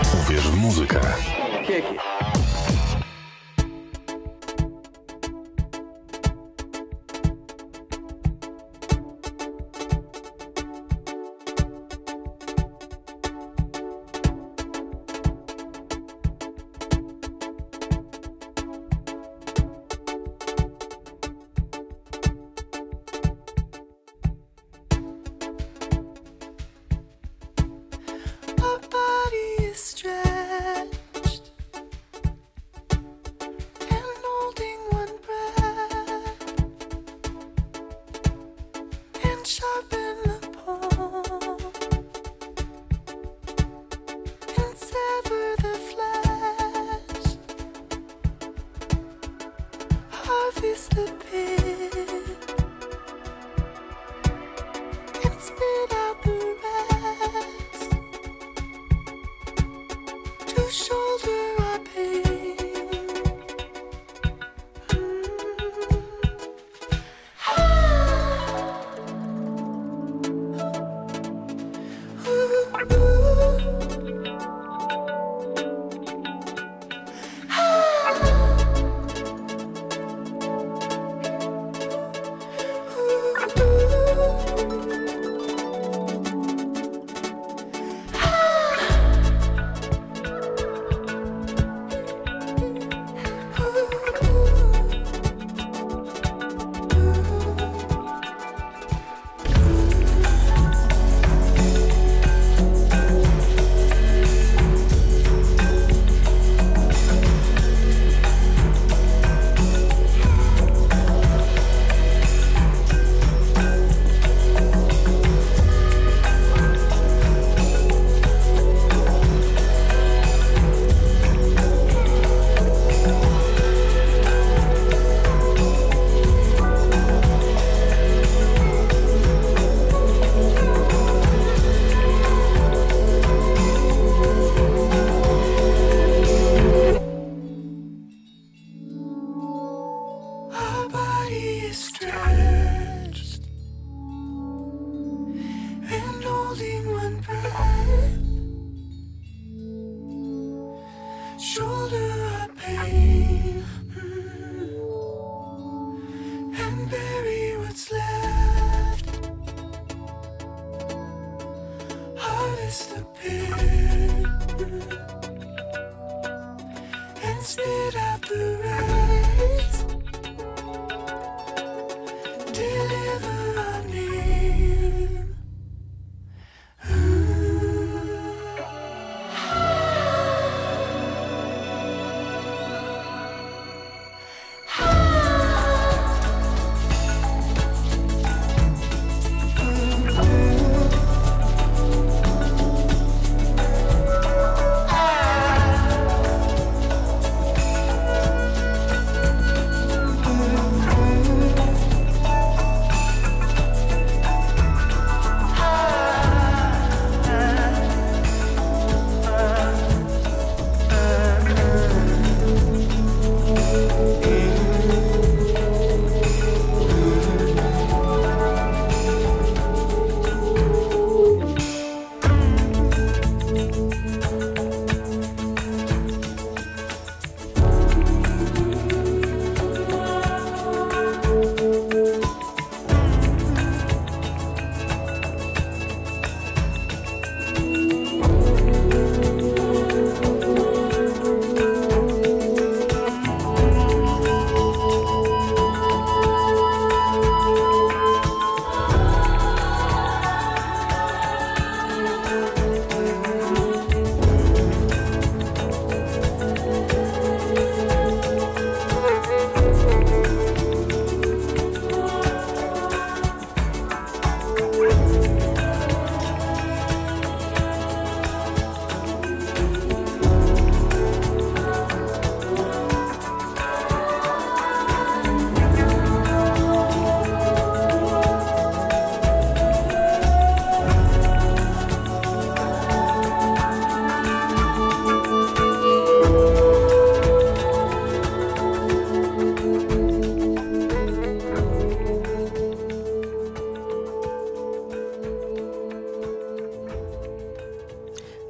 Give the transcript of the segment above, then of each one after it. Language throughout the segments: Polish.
Uwierz w muzykę. Kieki.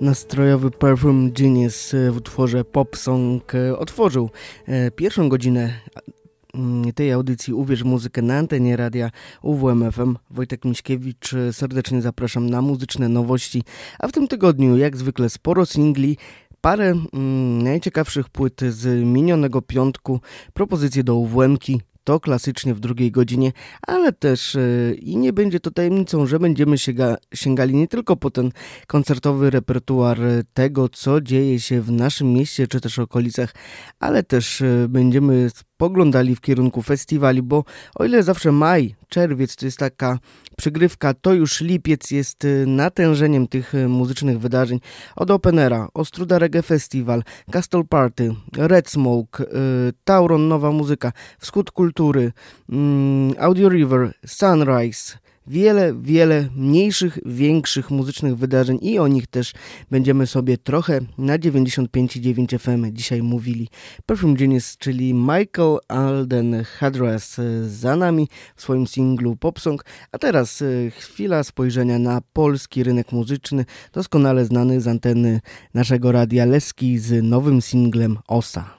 Nastrojowy Perfume Genius w utworze Pop Song otworzył pierwszą godzinę tej audycji Uwierz w muzykę na antenie radia UWMFM. Wojtek Miśkiewicz, serdecznie zapraszam na muzyczne nowości, a w tym tygodniu jak zwykle sporo singli, parę najciekawszych płyt z minionego piątku, propozycje do UWM-ki. To klasycznie w drugiej godzinie, ale też i nie będzie to tajemnicą, że będziemy sięgali nie tylko po ten koncertowy repertuar tego, co dzieje się w naszym mieście czy też okolicach, ale też będziemy spoglądali w kierunku festiwali, bo o ile zawsze maj, czerwiec to jest taka przygrywka, to już lipiec jest natężeniem tych muzycznych wydarzeń. Od Openera, Ostruda Reggae Festival, Castle Party, Red Smoke, Tauron Nowa Muzyka, Wschód Kultury, Audio River, Sunrise. Wiele mniejszych, większych muzycznych wydarzeń i o nich też będziemy sobie trochę na 95,9 FM dzisiaj mówili. Perfume Genius, czyli Michael Alden Hadras za nami w swoim singlu Pop Song, a teraz chwila spojrzenia na polski rynek muzyczny, doskonale znany z anteny naszego radia Leski z nowym singlem Osa.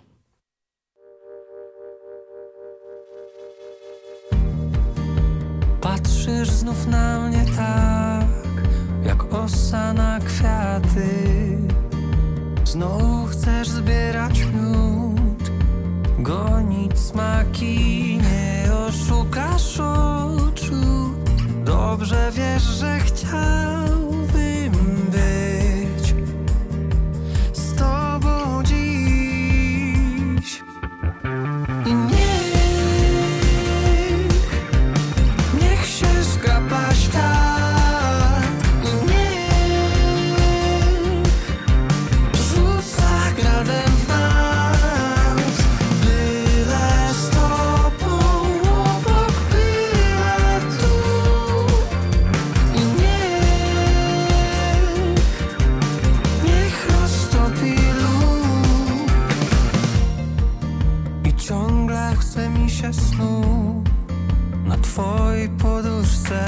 Patrzysz znów na mnie tak, jak osa na kwiaty. Znowu chcesz zbierać miód, gonić smaki, nie oszukasz oczu. Dobrze wiesz, że chciałbym być z tobą dziś. I niech się skrapa świat, i niech rzuca gradem w nas, byle z tobą obok, byle tu. I niech roztopi lód. I ciągle chce mi się snu na twojej poduszce,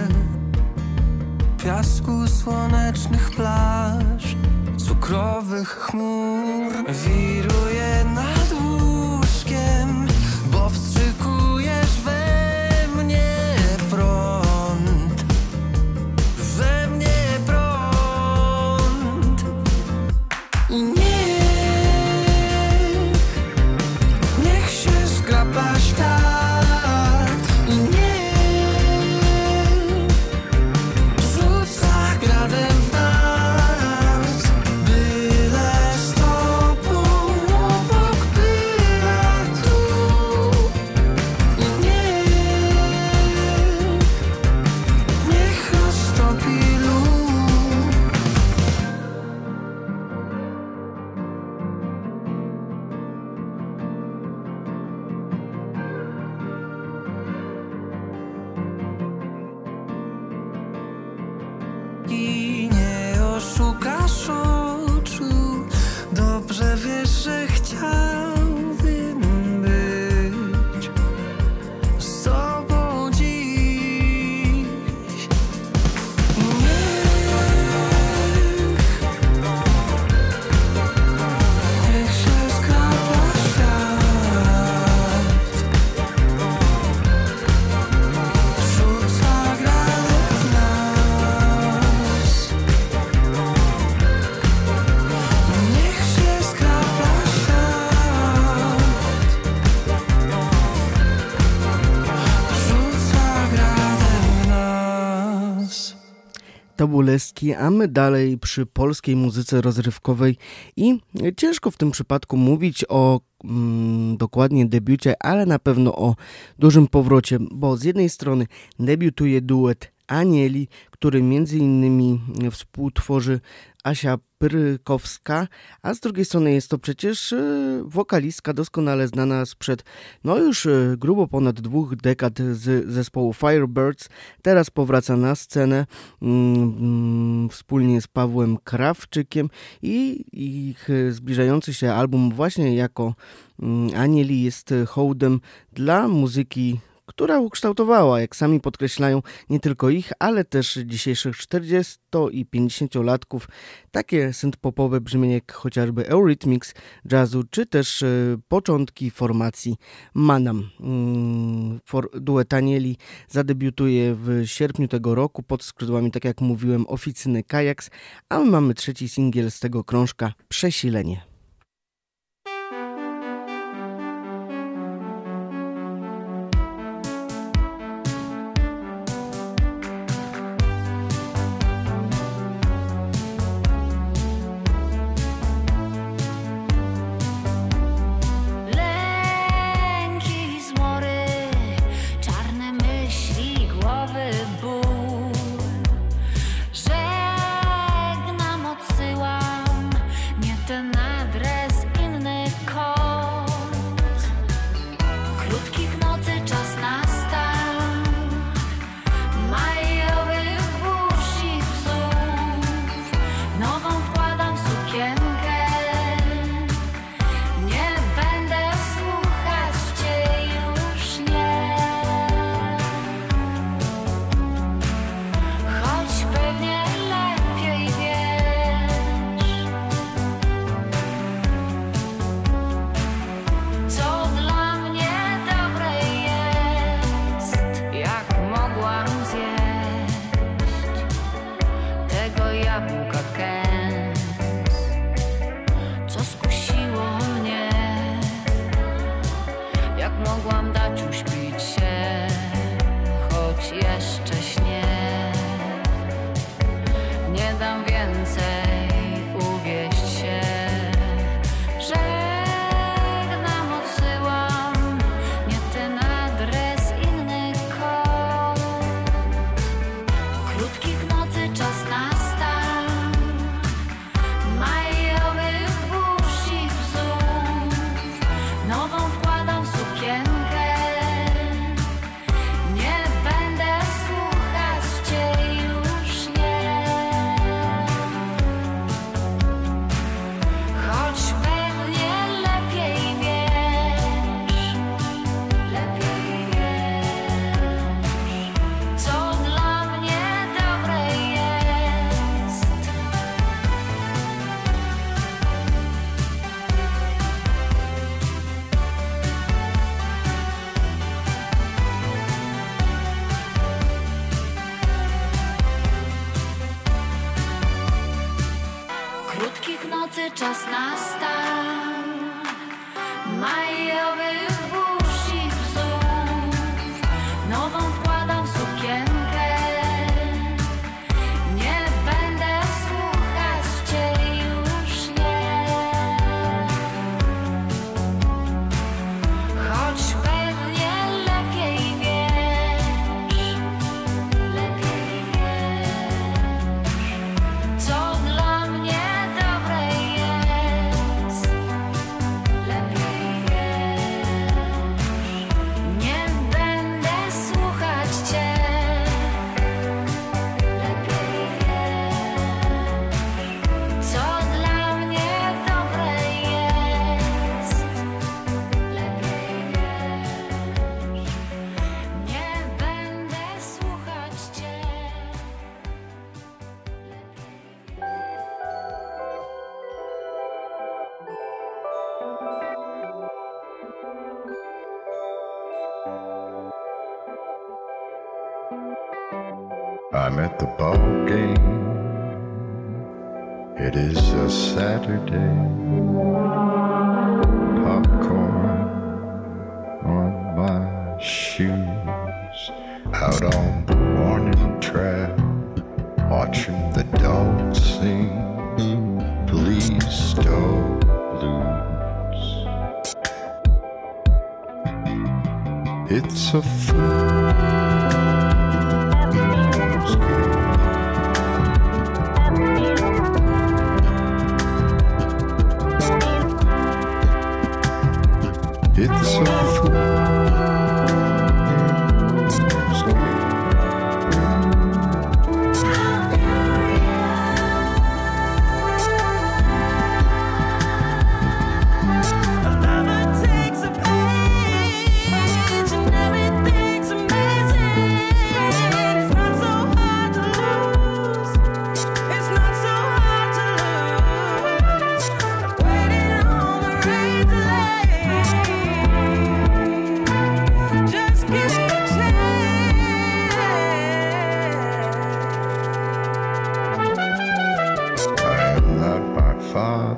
piasku słonecznych plaż, cukrowych chmur. Wiruję nad łóżkiem, bo wstrzykujesz we mnie prąd, we mnie prąd. I niech się skrapa świat. I nie oszukasz oczu, dobrze wiesz, że chciałbym być z tobą dziś. Niech się skrapa świat, rzuca gradem w nas. Niech się skrapa świat, rzuca gradem w nas. To był Leski, a my dalej przy polskiej muzyce rozrywkowej i ciężko w tym przypadku mówić o dokładnie debiucie, ale na pewno o dużym powrocie, bo z jednej strony debiutuje duet Anieli, który między innymi współtworzy Asia Pyrkowska, a z drugiej strony jest to przecież wokalistka doskonale znana sprzed już grubo ponad 2 dekad z zespołu Firebirds. Teraz powraca na scenę wspólnie z Pawłem Krawczykiem i ich zbliżający się album właśnie jako Anieli jest hołdem dla muzyki która ukształtowała, jak sami podkreślają, nie tylko ich, ale też dzisiejszych 40- i 50-latków. Takie synth-popowe brzmienie jak chociażby Eurythmics, jazzu, czy też początki formacji Manam. Duet Anieli zadebiutuje w sierpniu tego roku pod skrzydłami, tak jak mówiłem, oficyny Kajaks, a my mamy trzeci singiel z tego krążka, Przesilenie. Czas nastał, majowych burz i bzów, nową wkładam sukienkę, nie będę słuchać cię już nie, choć pewnie lepiej wiesz, co dla mnie dobre jest. I'm at the ball game. It is a Saturday. Popcorn on my shoes. Out on the warning track, watching the dogs sing. Please don't lose. It's a It's a fool. A lover takes a page and everything's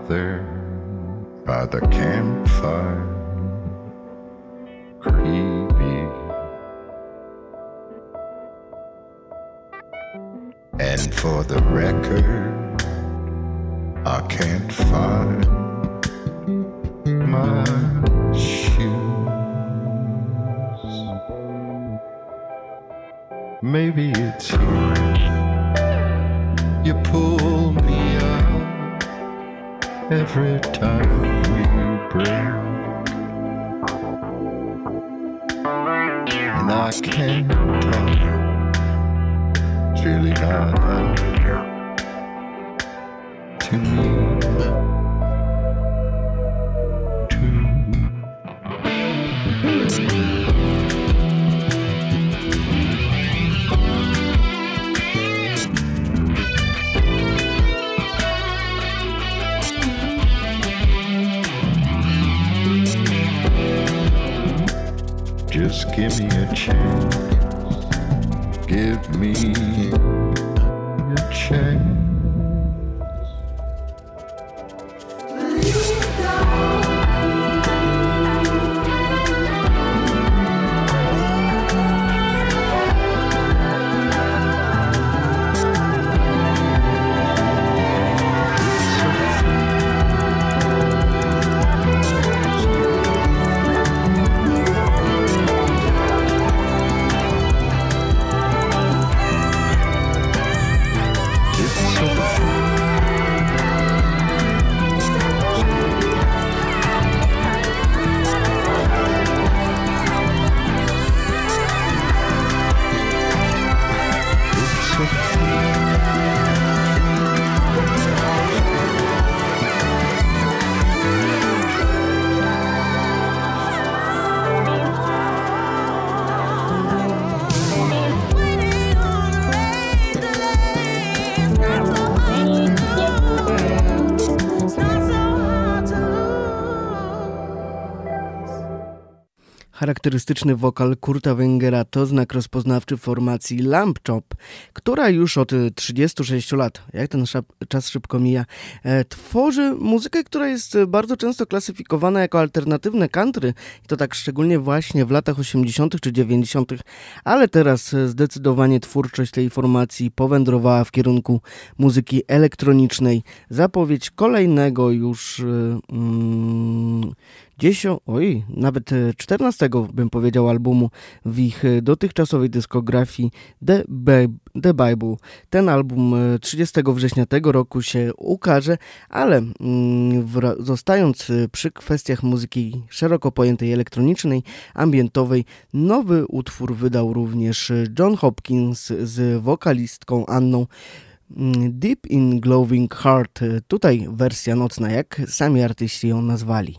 there by the campfire, creepy. And for the record, I can't find my shoes. Maybe it's you. You pull me out every time we break, and I can't talk. It's really not out to me. Just give me a chance, give me a chance. Charakterystyczny wokal Kurta Wengera to znak rozpoznawczy formacji Lamb Chop, która już od 36 lat, jak ten czas szybko mija, tworzy muzykę, która jest bardzo często klasyfikowana jako alternatywne country, i to tak szczególnie właśnie w latach 80. czy 90., ale teraz zdecydowanie twórczość tej formacji powędrowała w kierunku muzyki elektronicznej. Zapowiedź kolejnego już nawet 14 bym powiedział albumu w ich dotychczasowej dyskografii The Bible. Ten album 30 września tego roku się ukaże, ale zostając przy kwestiach muzyki szeroko pojętej elektronicznej, ambientowej, nowy utwór wydał również John Hopkins z wokalistką Anną, Deep in Glowing Heart. Tutaj wersja nocna, jak sami artyści ją nazwali.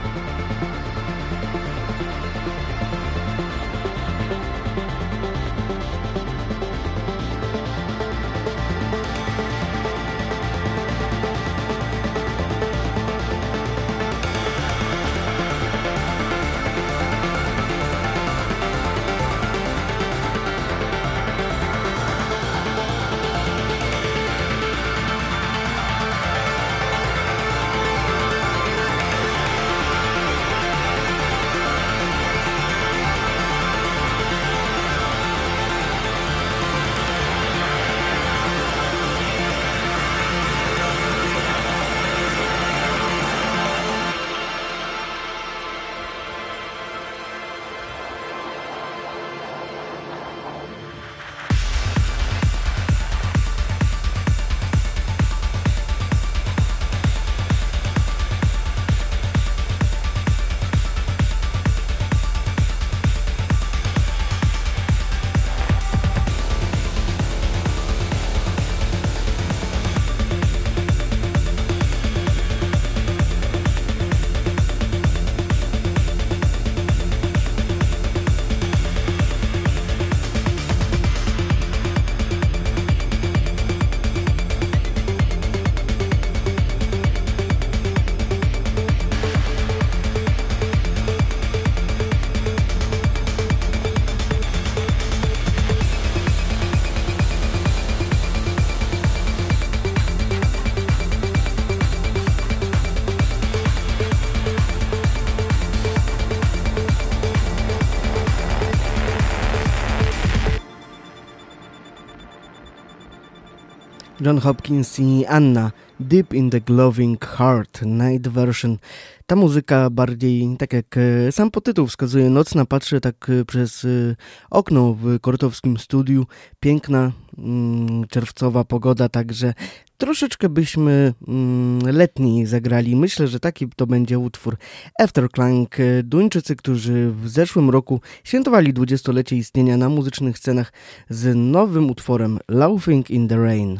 John Hopkins i Anna, Deep in the Glowing Heart, Night Version. Ta muzyka bardziej, tak jak sam podtytuł wskazuje, nocna, patrzy tak przez okno w kortowskim studiu. Piękna, czerwcowa pogoda, także troszeczkę byśmy letniej zagrali. Myślę, że taki to będzie utwór Afterclang. Duńczycy, którzy w zeszłym roku świętowali 20-lecie istnienia na muzycznych scenach z nowym utworem Laughing in the Rain.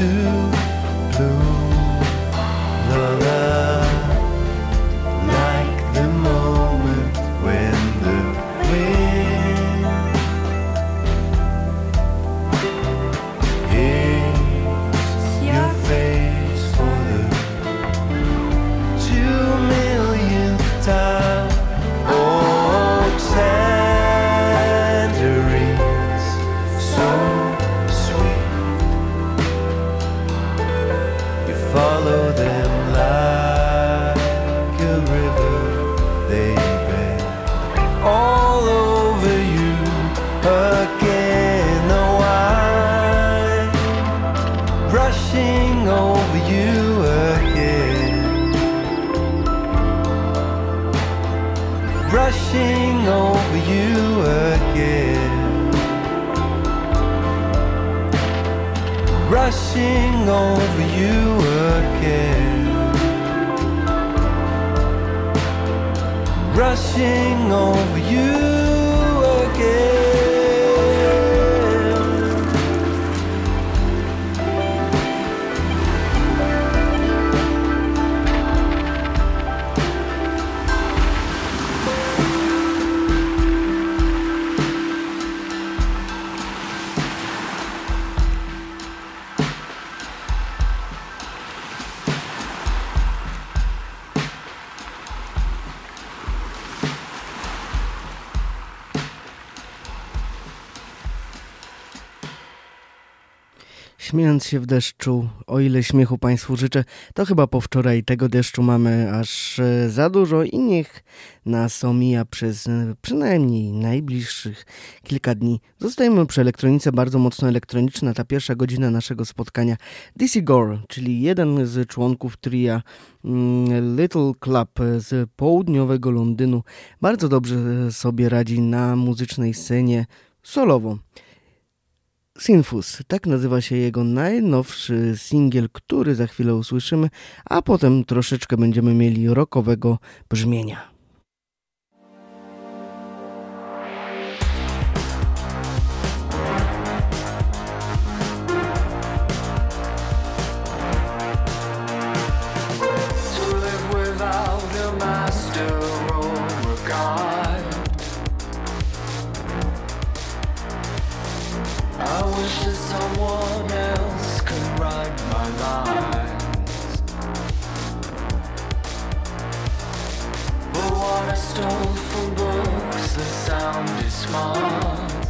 to blue. La la, like the moment when the wind hits your face for the 2,000,000th time. Oh, tangerines, so sweet. You follow them like a river, they bend all over you again. The wine rushing over you again, rushing over you again, rushing over you again, rushing over you again. Śmiejąc się w deszczu, o ile śmiechu Państwu życzę, to chyba po wczoraj tego deszczu mamy aż za dużo i niech nas omija przez przynajmniej najbliższych kilka dni. Zostajemy przy elektronice, bardzo mocno elektroniczna, ta pierwsza godzina naszego spotkania. Dizzy Gore, czyli jeden z członków tria Little Club z południowego Londynu, bardzo dobrze sobie radzi na muzycznej scenie solowo. Sinfus, tak nazywa się jego najnowszy singiel, który za chwilę usłyszymy, a potem troszeczkę będziemy mieli rockowego brzmienia. I wish that someone else could write my lines, but what I stole from books, the sound is smart.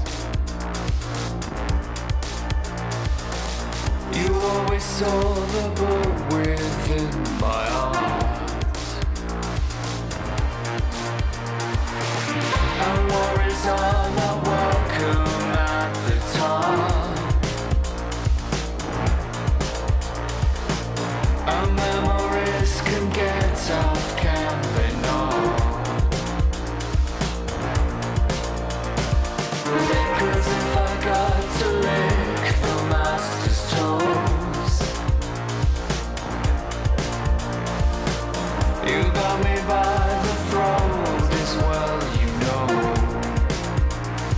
You always saw the book within my heart, and worries are not welcome at the top, and memories can get tough, can they not? 'Cause if I got to lick the master's toes, you got me by the throat as well, you know.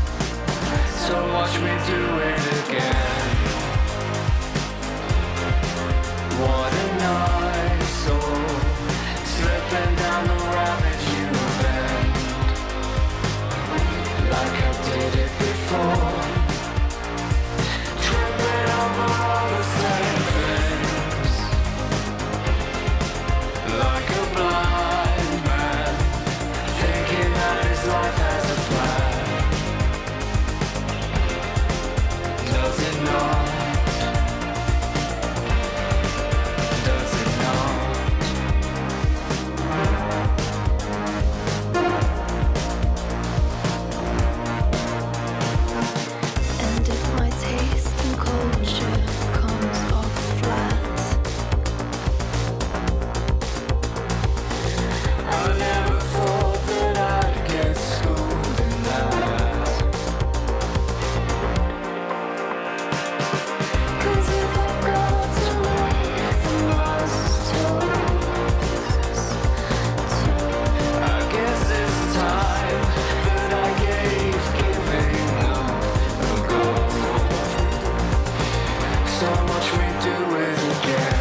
so much we do it again.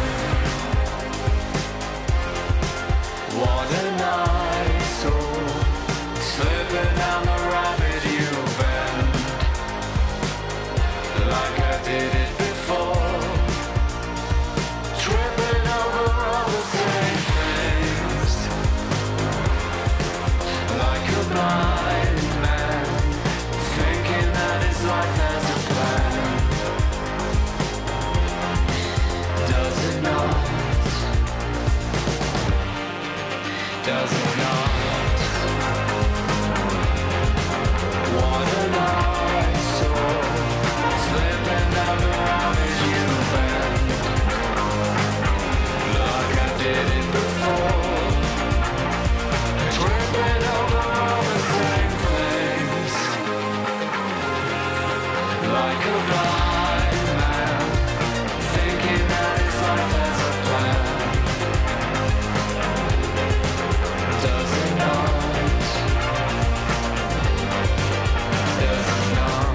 What a night, so slipping down the rabbit you bend, like I did it before, tripping over all the same things, like a blind man, thinking that his life has a plan. Does it not? Does it not? What a night, so slipping down the rabbit you bend, like I did it before, tripping over all the same things, like a blind man, thinking that his life has a plan. Does it not? Does it not?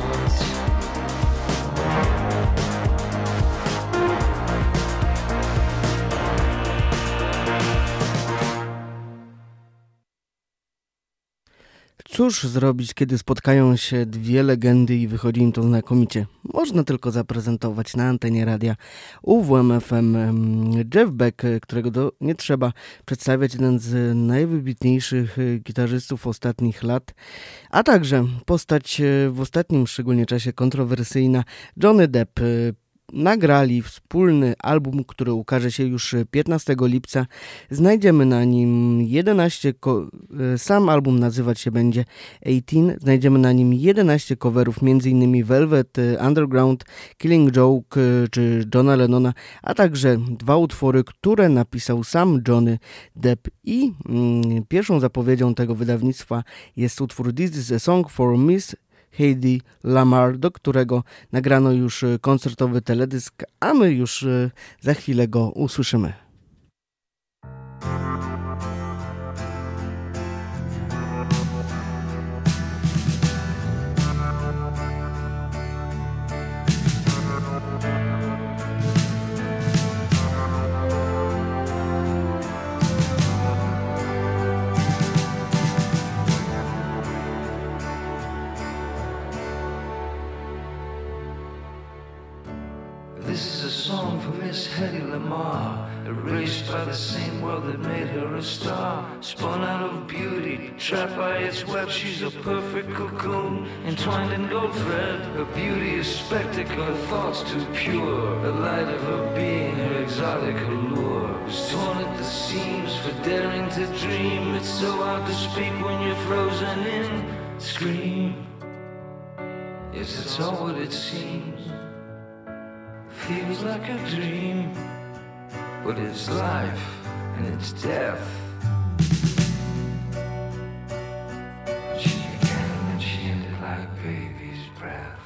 Cóż zrobić, kiedy spotkają się dwie legendy i wychodzi im to znakomicie? Można tylko zaprezentować na antenie radia UWMFM Jeff Beck, którego nie trzeba przedstawiać, jeden z najwybitniejszych gitarzystów ostatnich lat, a także postać w ostatnim szczególnie czasie kontrowersyjna Johnny Depp. Nagrali wspólny album, który ukaże się już 15 lipca. Znajdziemy na nim 11, sam album nazywać się będzie 18. Znajdziemy na nim 11 coverów, m.in. Velvet Underground, Killing Joke czy Johna Lennona, a także 2 utwory, które napisał sam Johnny Depp. I pierwszą zapowiedzią tego wydawnictwa jest utwór This is a Song for Miss Hedy Lamarr, do którego nagrano już koncertowy teledysk, a my już za chwilę go usłyszymy. Hedy Lamarr, erased by the same world that made her a star, spun out of beauty, trapped by its web. She's a perfect cocoon, entwined in gold thread. Her beauty is spectacle, her thoughts too pure. The light of her being, her exotic allure, was torn at the seams for daring to dream. It's so hard to speak when you're frozen in. Scream, yes, it's all what it seems. Feels like a dream, but it's life and it's death. But she began and she ended like baby's breath.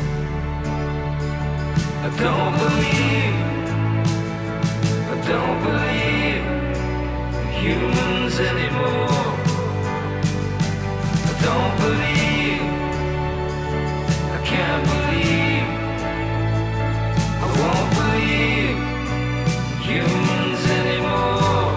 I don't believe in humans anymore. I don't believe, I can't believe, I won't believe humans anymore.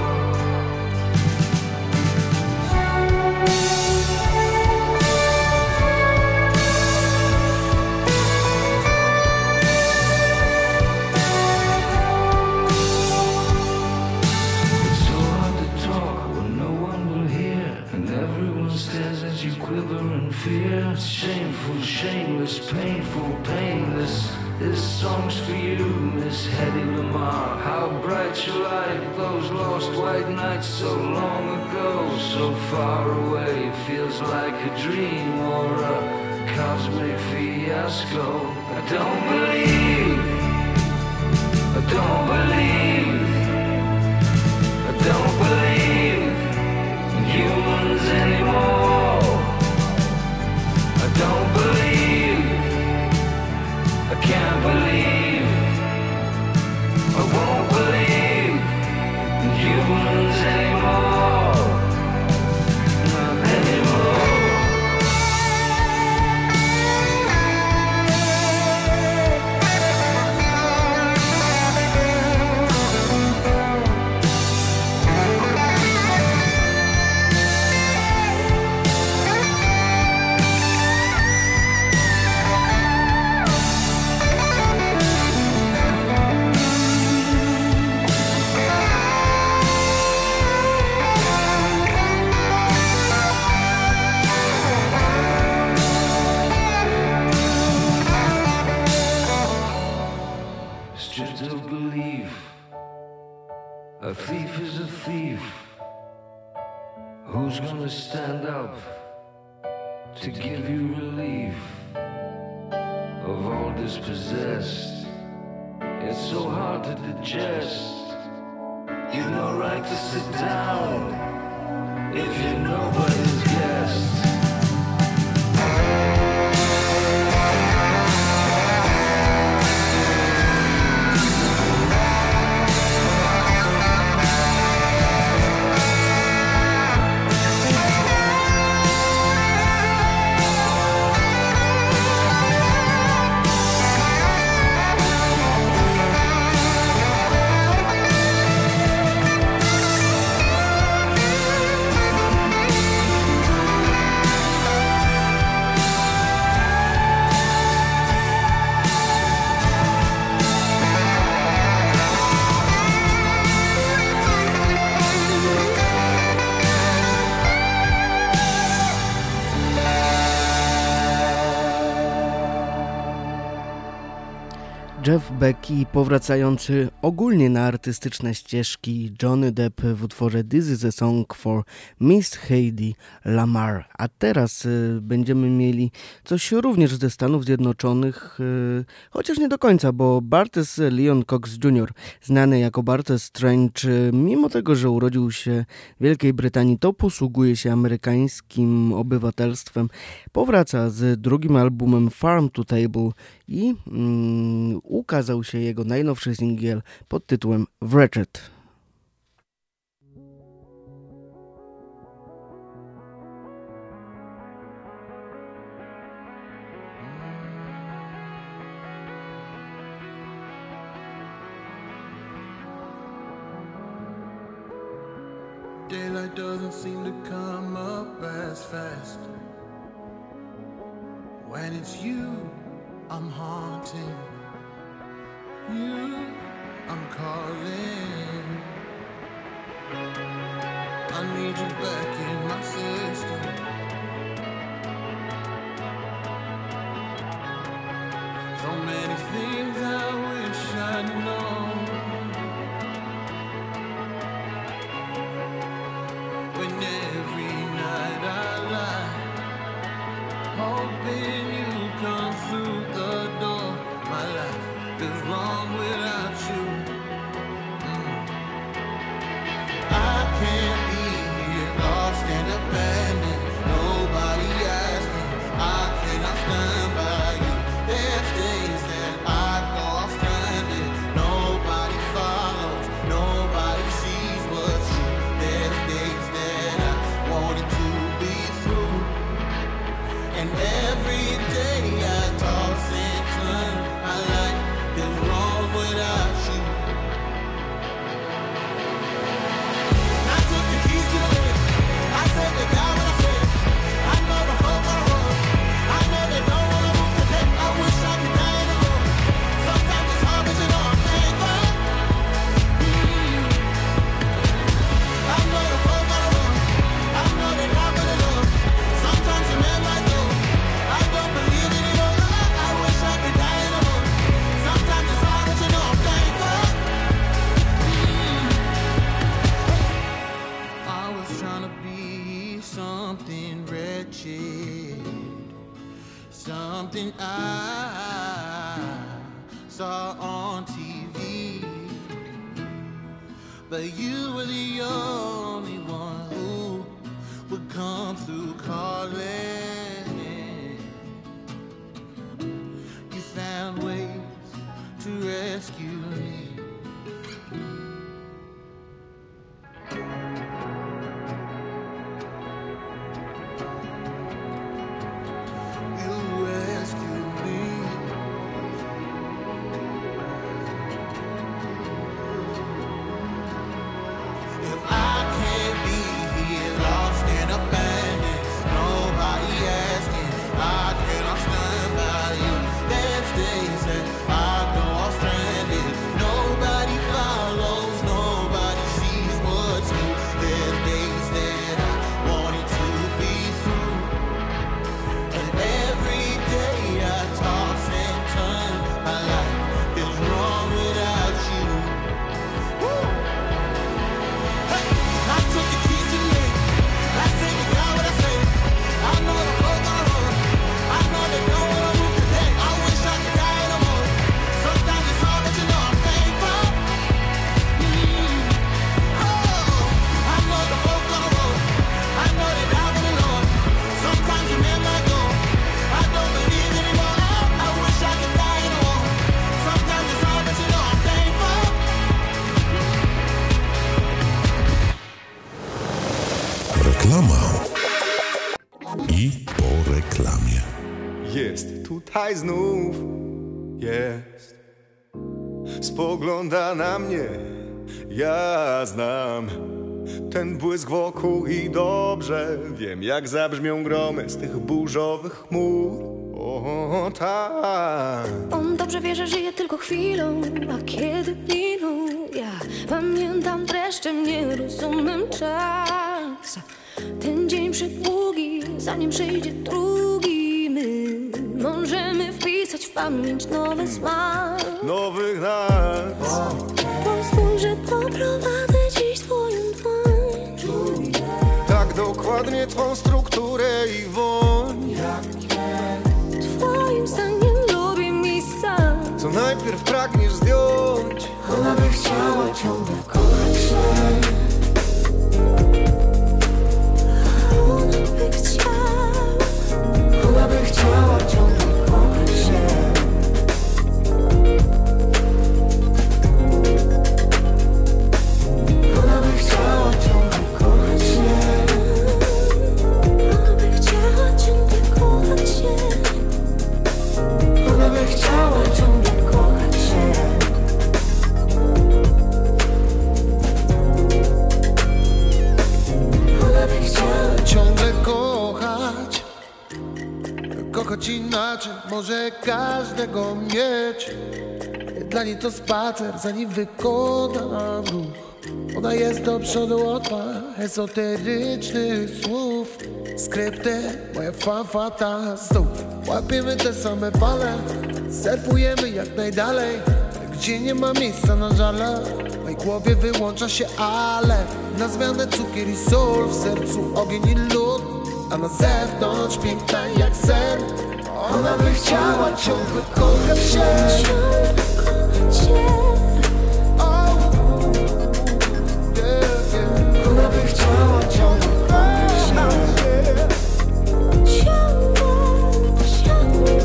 It's so hard to talk when no one will hear, and everyone stares as you quiver in fear. It's shameful, shameless, painful, painless. This song's for you, Miss Hedy Lamarr. How bright your light, those lost white nights so long ago, so far away. Feels like a dream or a cosmic fiasco. I don't believe, I don't believe, I don't believe in humans anymore. I don't believe, I can't believe, I won't believe in humans anymore, not anymore. believe a thief is a thief. Who's gonna stand up to give you relief of all dispossessed? It's so hard to digest. You've no right to sit down if you're nobody's guest. Jeff Beck i powracający ogólnie na artystyczne ścieżki Johnny Depp w utworze This is a Song for Miss Heidi Lamar. A teraz będziemy mieli coś również ze Stanów Zjednoczonych, chociaż nie do końca, bo Bartes Leon Cox Jr., znany jako Bartes Strange, mimo tego, że urodził się w Wielkiej Brytanii, to posługuje się amerykańskim obywatelstwem. Powraca z drugim albumem Farm to Table i ukazał się jego najnowszy singiel pod tytułem Wretched. Daylight doesn't seem to come up as fast. When it's you I'm haunting, you I'm calling. I need you back in my system. So many things I wish I'd known. When every night I lie, hoping you come through the door. My life is wrong without you. I can't be here lost and abandoned. Nobody asked me, I cannot stand by you. There's days that I go off stranded. Nobody follows, nobody sees what's true. There's days that I wanted to be through. And every day I toss and turn. My life is wrong without you. I took the keys to the whip. I said to God what I said. I know the fuck I was. I know they don't wanna move today. I wish I could die in the road. Sometimes it's hard, but you know I'm thankful. I know the fuck I was. I know they're not gonna love. Sometimes a man might go. I don't believe it anymore. I wish I could die in the road. Sometimes it's hard, but you know I'm thankful. I was trying to be something wretched, something I saw on TV, but you were the only one who would come through calling. You found ways to rescue me. You rescued me. If I can't be here, lost and abandoned, nobody tutaj znów jest. Spogląda na mnie, ja znam ten błysk wokół i dobrze wiem, jak zabrzmią gromy z tych burzowych chmur. O tak. On dobrze wie, że żyje tylko chwilą, a kiedy miną, ja pamiętam dreszcze, nie rozumiem czas. Ten dzień przydługi, zanim przyjdzie drugi, my możemy wpisać w pamięć nowy smak nowych nas. Pozwól, że poprowadzę dziś twoją dłoń. Tak dokładnie twą strukturę i woń. Twoim zdaniem lubię miejsca, Co najpierw pragniesz zdjąć. ona by chciała ciągle kochać się. Ona by chciała ciągle kochać się. Ona by chciała ciągle kochać się. Ona by chciała ciągle kochać się. Ona by chciała ciągle kochać się. Ona by chciała Ciągle kochać, kochać inaczej, może każdego mieć. Dla niej to spacer, zanim wykona ruch. Ona jest do przodu od ma esoterycznych słów. Skrypty, moja fata, znów łapiemy te same fale. Surfujemy jak najdalej, gdzie nie ma miejsca na żale. W mojej głowie wyłącza się ale na zmianę cukier i sól, w sercu ogień i lód, a na zewnątrz piękna jak sen. Ona by chciała ciągle kochać się. Ona by chciała ciągle kochać się. Ciągle.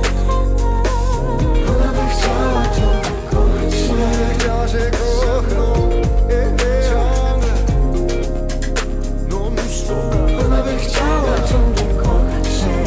Ona by chciała ciągle kochać się. Chciała się kochać ciągle. Non-stop. Ona by chciała ciągle kochać się.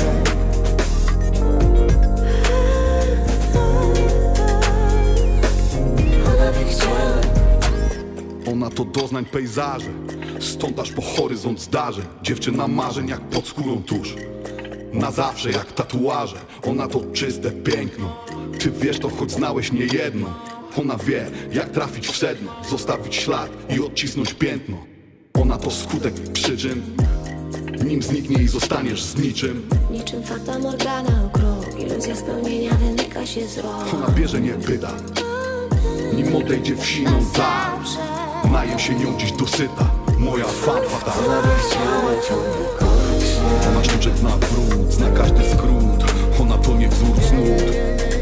Ona by chciała. Ona to doznań pejzaży, stąd aż po horyzont zdarzeń. Dziewczyna marzeń jak pod skórą tusz, na zawsze jak tatuaże. Ona to czyste piękno, ty wiesz to, choć znałeś niejedno. Ona wie, jak trafić w sedno, zostawić ślad i odcisnąć piętno. Ona to skutek przyczyn, nim zniknie i zostaniesz z niczym. Niczym fata Morgana o krok, iluzja spełnienia wymyka się z rąk. Ona bierze, nie pyta, nim odejdzie w siną dal. Najem się nią dziś dosyta, moja fata. Ona by chciała ciągle kochać się. Ona sztuczek zna wrót, zna każdy skrót. Ona to nie wzór cnót.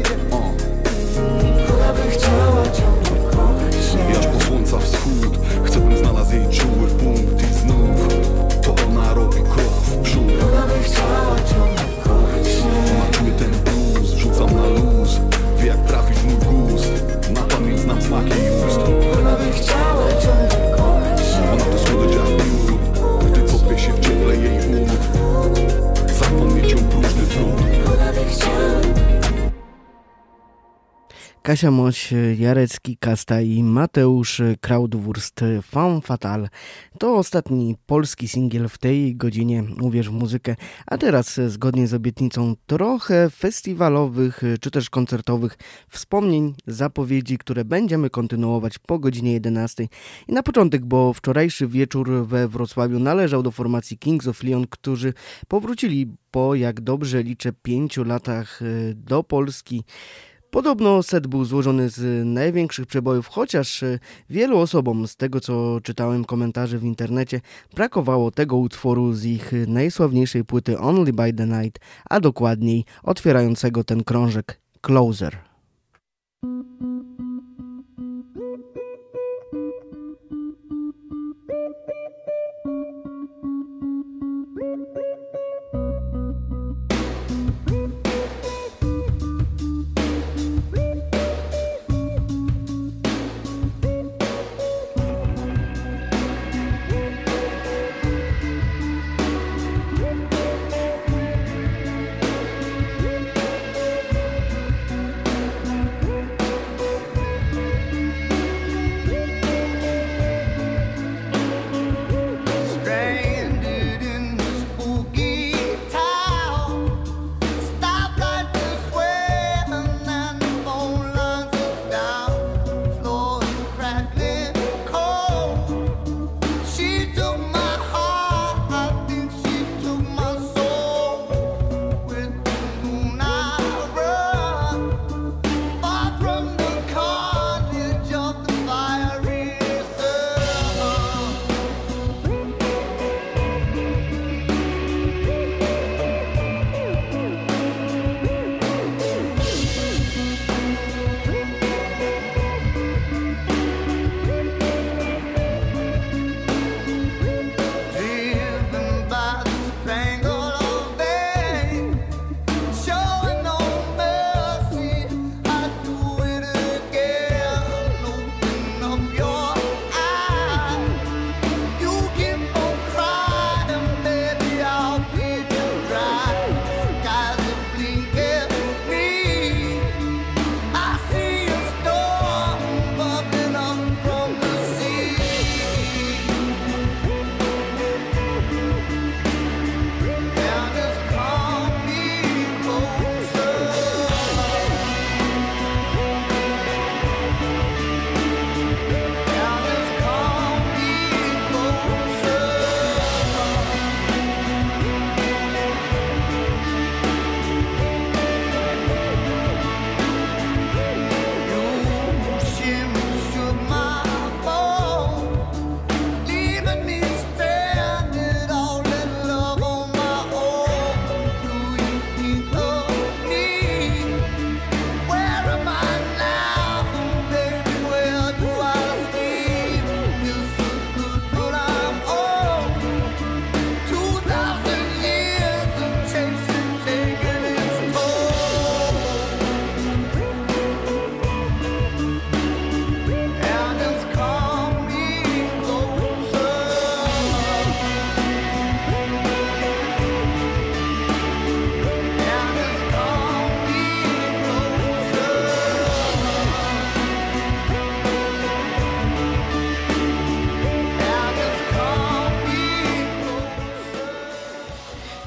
Ona by chciała ciągle kochać się. I aż po słońca wschód chcę, bym znalazł jej czuły punkt. I znów to ona robi krok w przód. Ona by chciała ciągle kochać się. Ona czuje ten blues, wrzucam na luz. Wie, jak trafić w mój gust. Na pamięć znam smaki i ust. Ona by chciała ciągle kochać się. Ona to słodycz jak miód, gdy topię się w cieple jej ud. Zapomnieć ją próżny trud. Ona by chciała. Kasia Moś, Jarecki Kasta i Mateusz Krautwurst, Femme Fatale. To ostatni polski singiel w tej godzinie Uwierz w muzykę, a teraz zgodnie z obietnicą trochę festiwalowych czy też koncertowych wspomnień, zapowiedzi, które będziemy kontynuować po godzinie 11. I na początek, bo wczorajszy wieczór we Wrocławiu należał do formacji Kings of Leon, którzy powrócili po, jak dobrze liczę, 5 latach do Polski. Podobno set był złożony z największych przebojów, chociaż wielu osobom, z tego co czytałem komentarze w internecie, brakowało tego utworu z ich najsławniejszej płyty Only by the Night, a dokładniej otwierającego ten krążek Closer.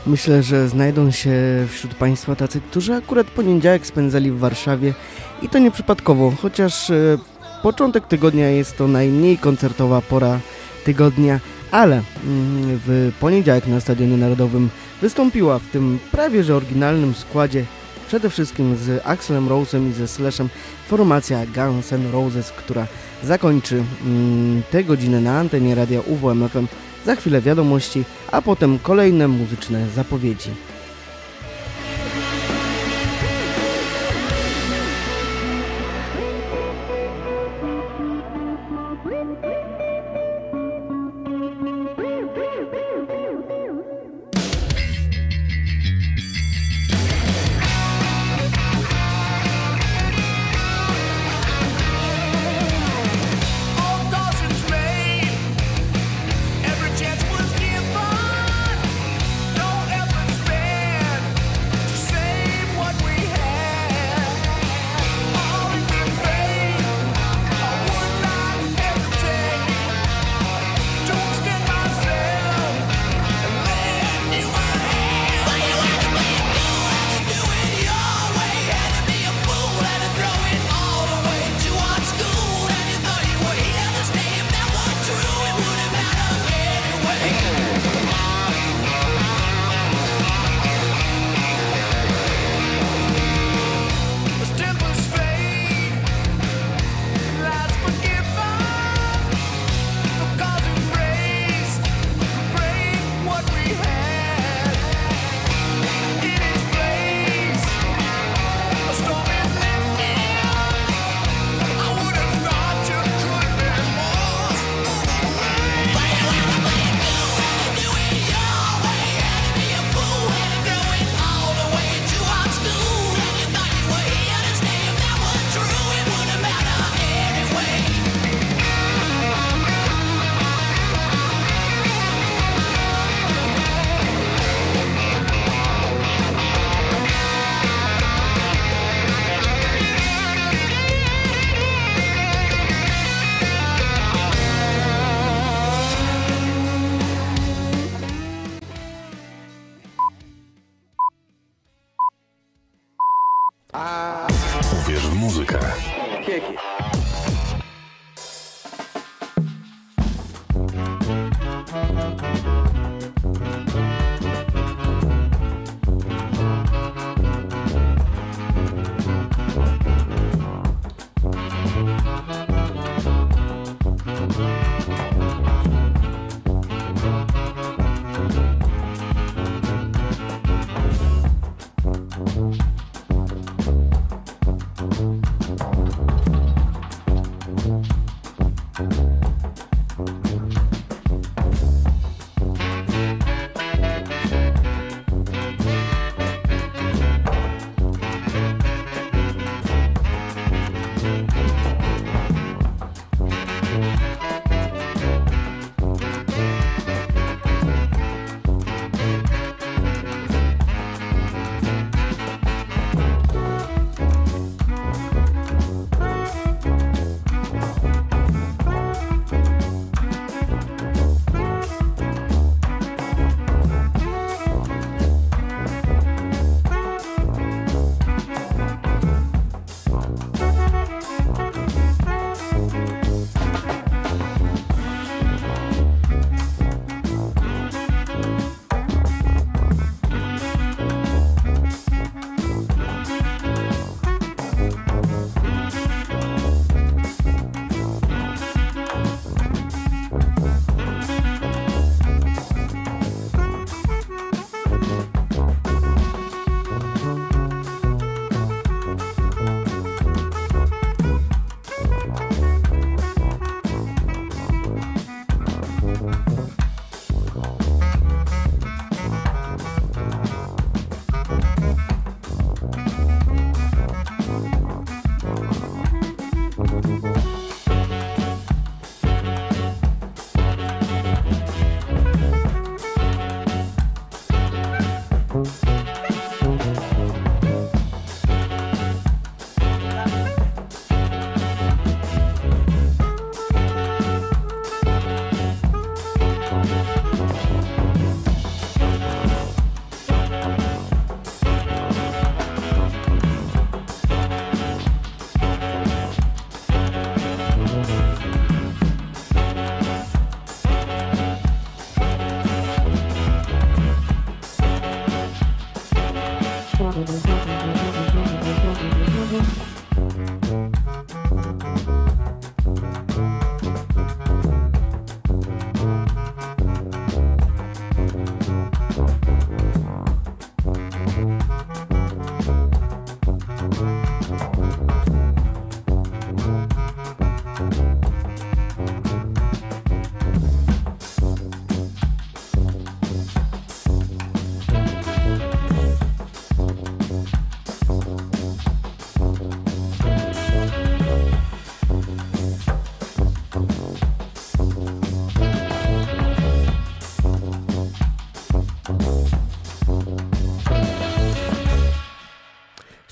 Myślę, że znajdą się wśród Państwa tacy, którzy akurat poniedziałek spędzali w Warszawie i to nieprzypadkowo, chociaż początek tygodnia jest to najmniej koncertowa pora tygodnia, ale w poniedziałek na Stadionie Narodowym wystąpiła w tym prawie że oryginalnym składzie, przede wszystkim z Axlem Rose'em i ze Slashem, formacja Guns N' Roses, która zakończy tę godzinę na antenie radia UWM FM. Za chwilę wiadomości, a potem kolejne muzyczne zapowiedzi. Uwierz w muzykę.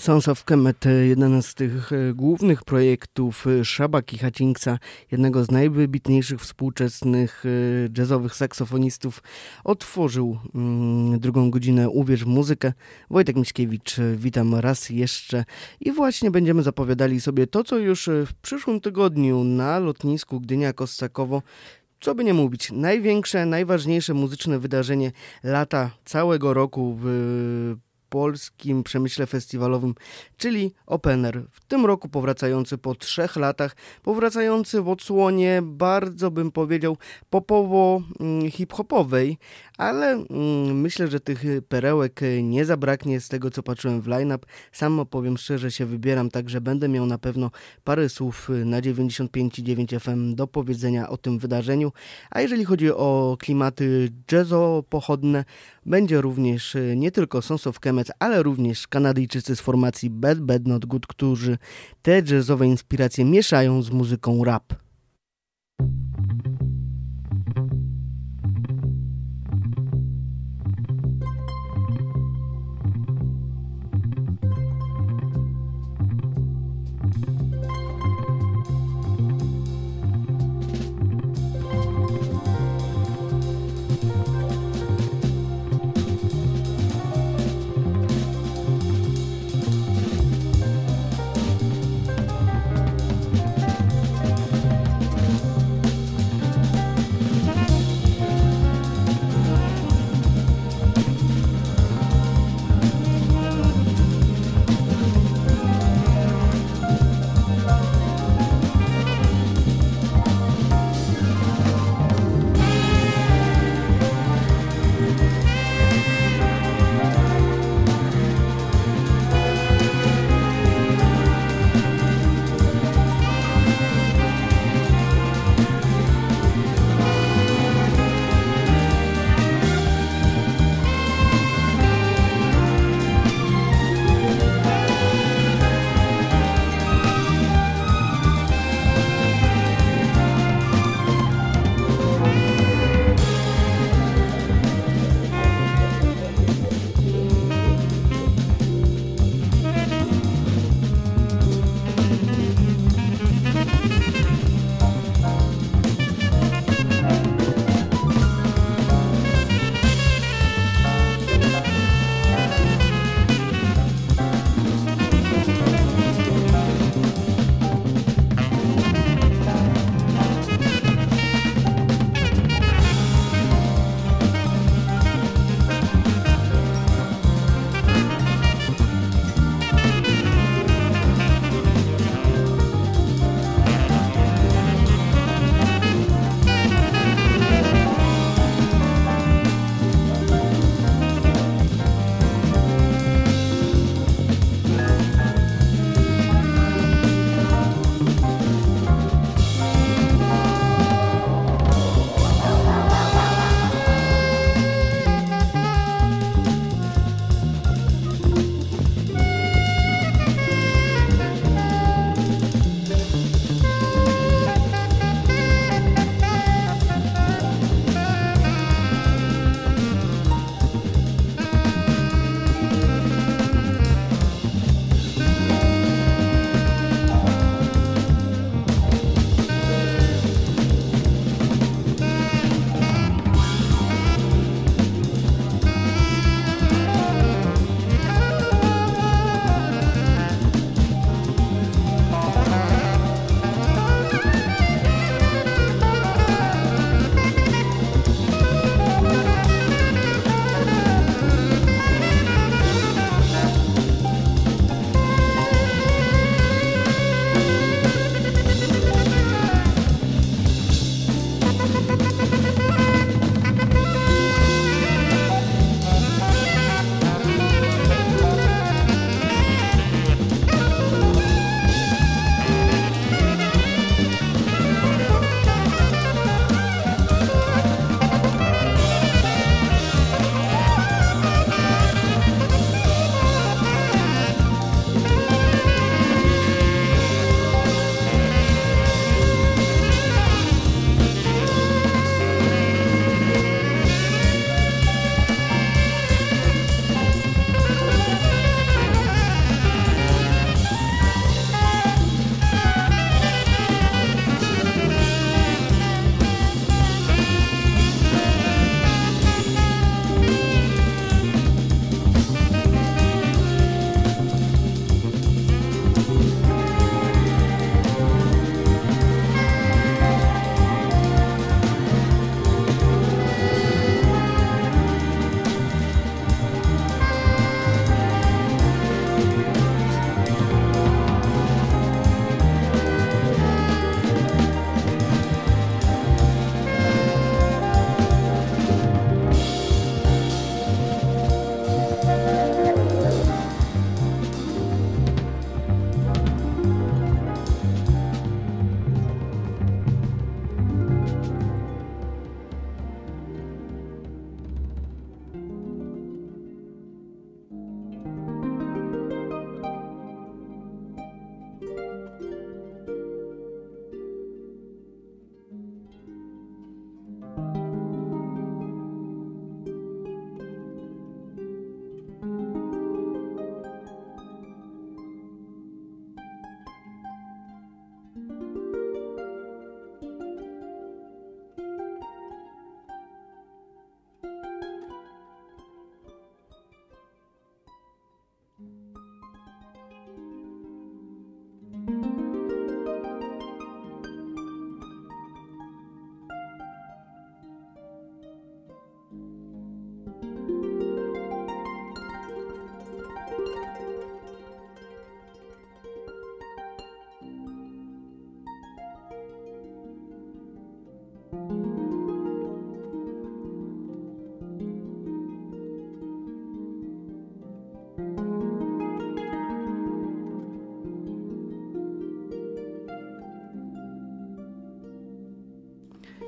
Sons of Kemet, jeden z tych głównych projektów Shabaki Hutchinsa, jednego z najwybitniejszych współczesnych jazzowych saksofonistów, otworzył drugą godzinę Uwierz w muzykę. Wojtek Miśkiewicz, witam raz jeszcze i właśnie będziemy zapowiadali sobie to, co już w przyszłym tygodniu na lotnisku Gdynia-Kosakowo, co by nie mówić, największe, najważniejsze muzyczne wydarzenie lata całego roku w polskim przemyśle festiwalowym, czyli Open Air. W tym roku powracający po 3 latach, powracający w odsłonie bardzo bym powiedział popowo-hip-hopowej, ale myślę, że tych perełek nie zabraknie z tego, co patrzyłem w line-up. Sam powiem szczerze, się wybieram, także będę miał na pewno parę słów na 95,9 FM do powiedzenia o tym wydarzeniu. A jeżeli chodzi o klimaty jazzo-pochodne, będzie również nie tylko Sons of Kemet, ale również Kanadyjczycy z formacji Bad Bad Not Good, którzy te jazzowe inspiracje mieszają z muzyką rap.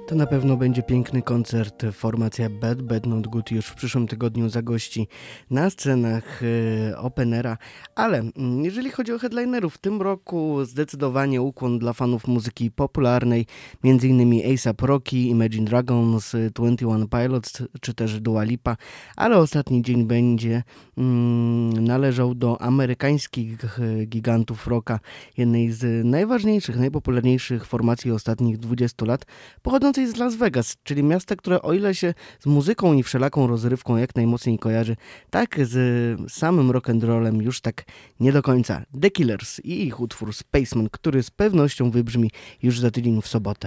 To na pewno będzie piękny koncert. Formacja Bad Not Good już w przyszłym tygodniu zagości na scenach Openera, ale jeżeli chodzi o headlinerów, w tym roku zdecydowanie ukłon dla fanów muzyki popularnej, m.in. A$AP Rocky, Imagine Dragons, 21 Pilots czy też Dua Lipa, ale ostatni dzień będzie należał do amerykańskich gigantów rocka, jednej z najważniejszych, najpopularniejszych formacji ostatnich 20 lat, pochodzącej z Las Vegas, czyli miasta, które o ile się z muzyką i wszelaką rozrywką jak najmocniej kojarzy, tak z samym rock'n'rollem już tak nie do końca. The Killers i ich utwór Spaceman, który z pewnością wybrzmi już za tydzień w sobotę.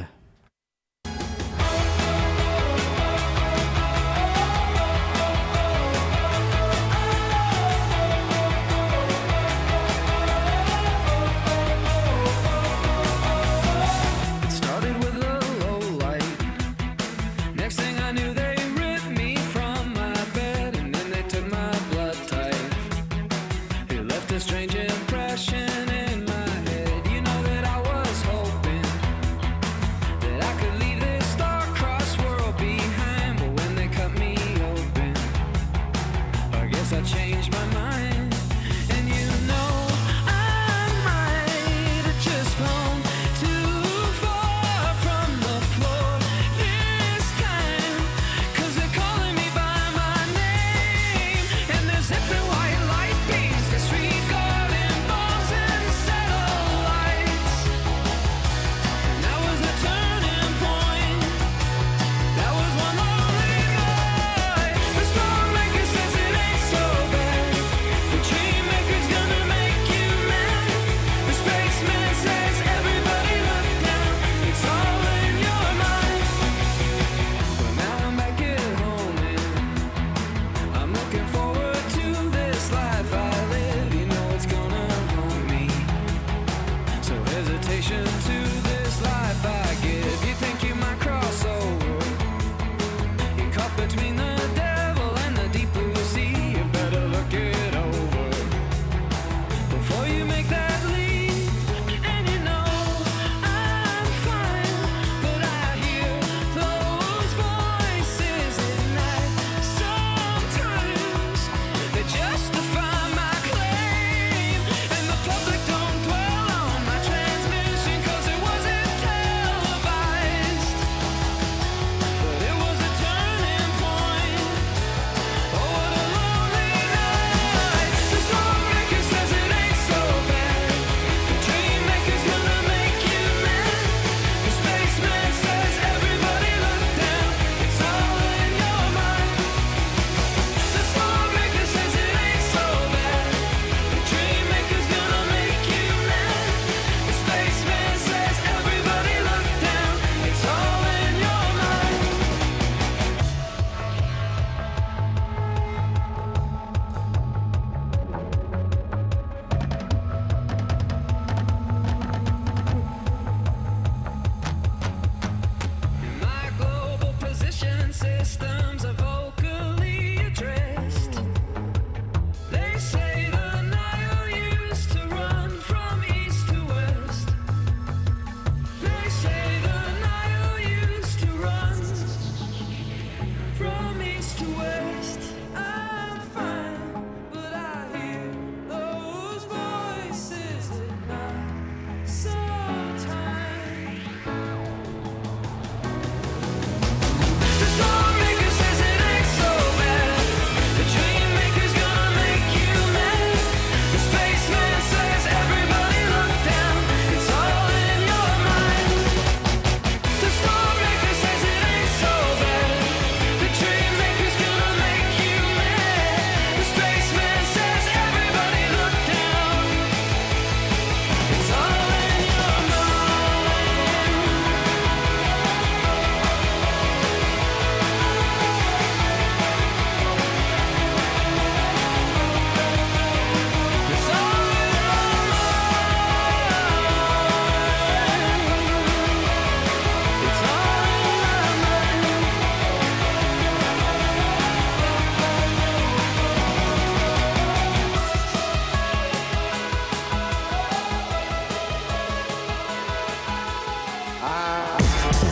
Impression in my head, you know that I was hoping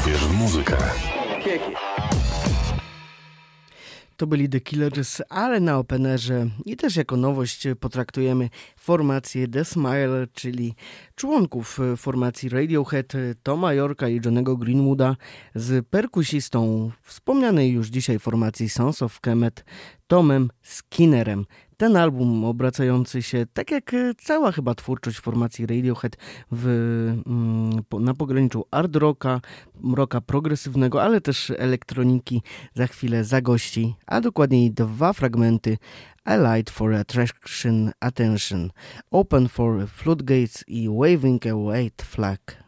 Uwierz w muzykę. To byli The Killers, ale na Openerze i też jako nowość potraktujemy formację The Smile, czyli członków formacji Radiohead, Toma Yorka i Johnnego Greenwooda z perkusistą wspomnianej już dzisiaj formacji Sons of Kemet, Tomem Skinnerem. Ten album obracający się, tak jak cała chyba twórczość formacji Radiohead, na pograniczu hard rocka, rocka progresywnego, ale też elektroniki, za chwilę zagości, a dokładniej 2 fragmenty: A Light for Attraction Attention, Open for Floodgates i Waving a White Flag.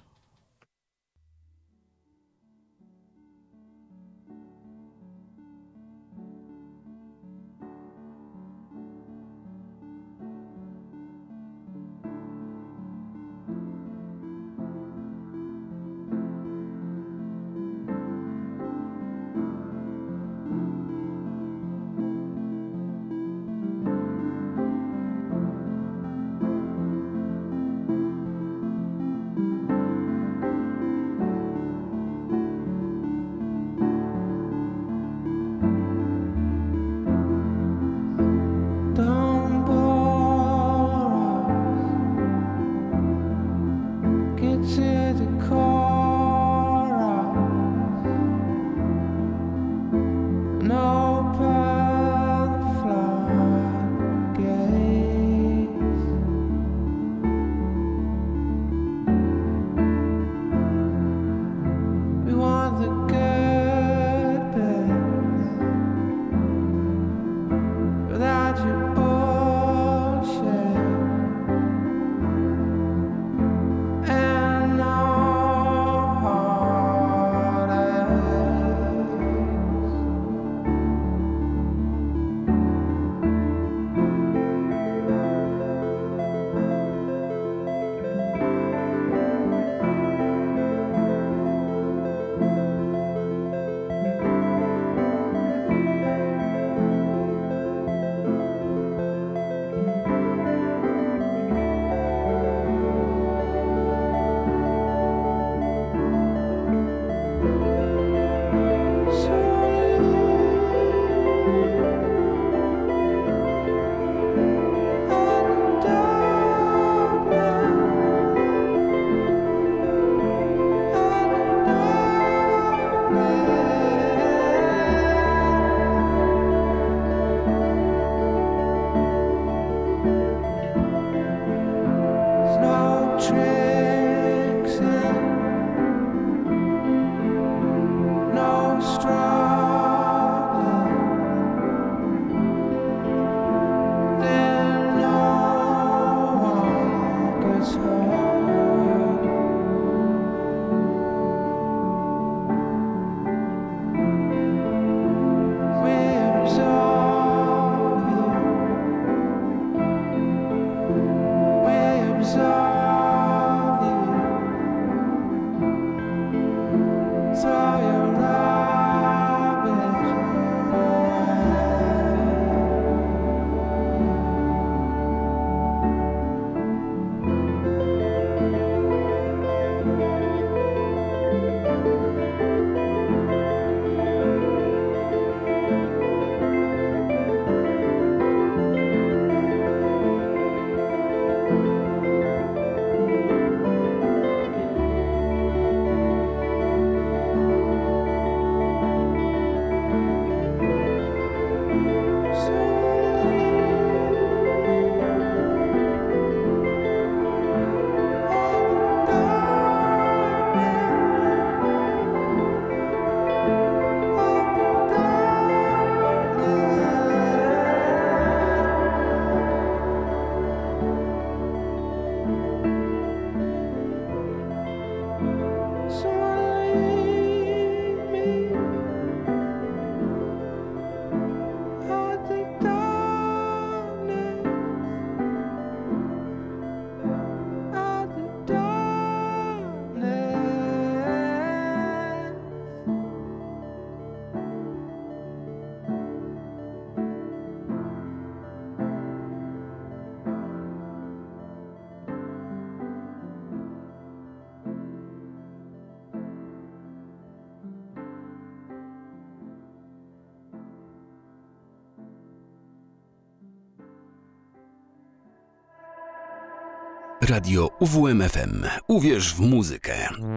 Radio UWMFM. Uwierz w muzykę.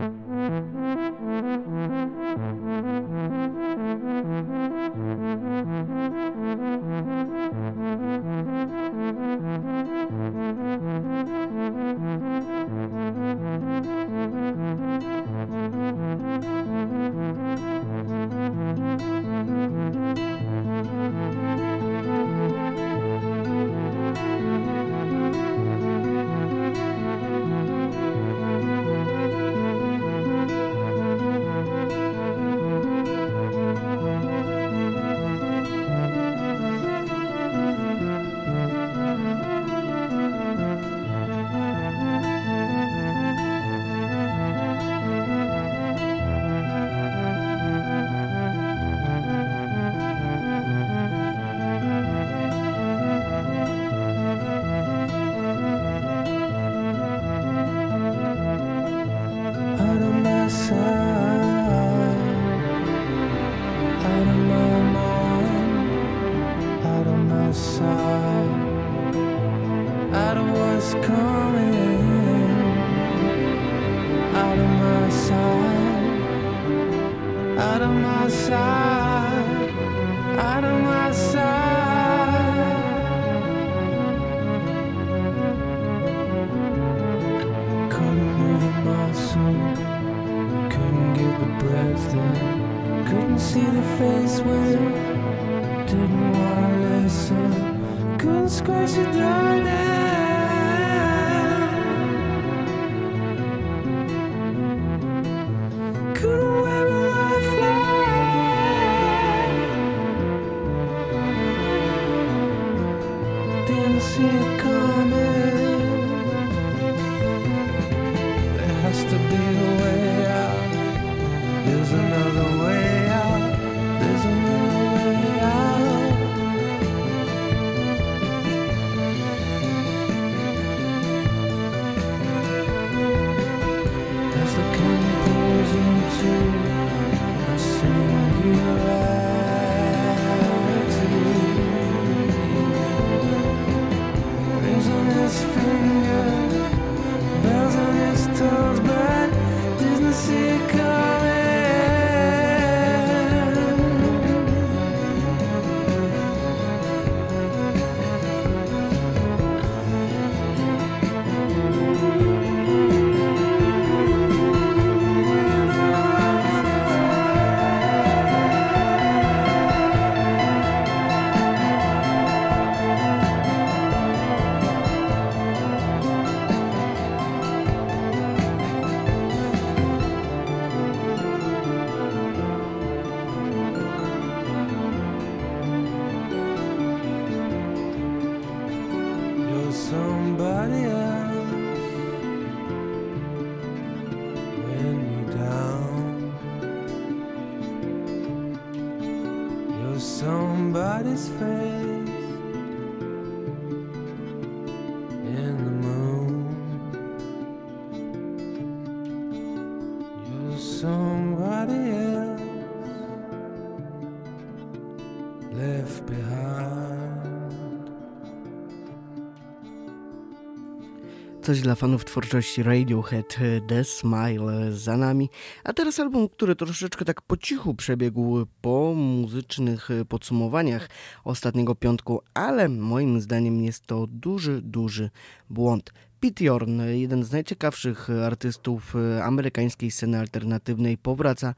Coś dla fanów twórczości Radiohead, The Smile za nami. A teraz album, który troszeczkę tak po cichu przebiegł po muzycznych podsumowaniach ostatniego piątku, ale moim zdaniem jest to duży błąd. Pete Yorn, jeden z najciekawszych artystów amerykańskiej sceny alternatywnej, powraca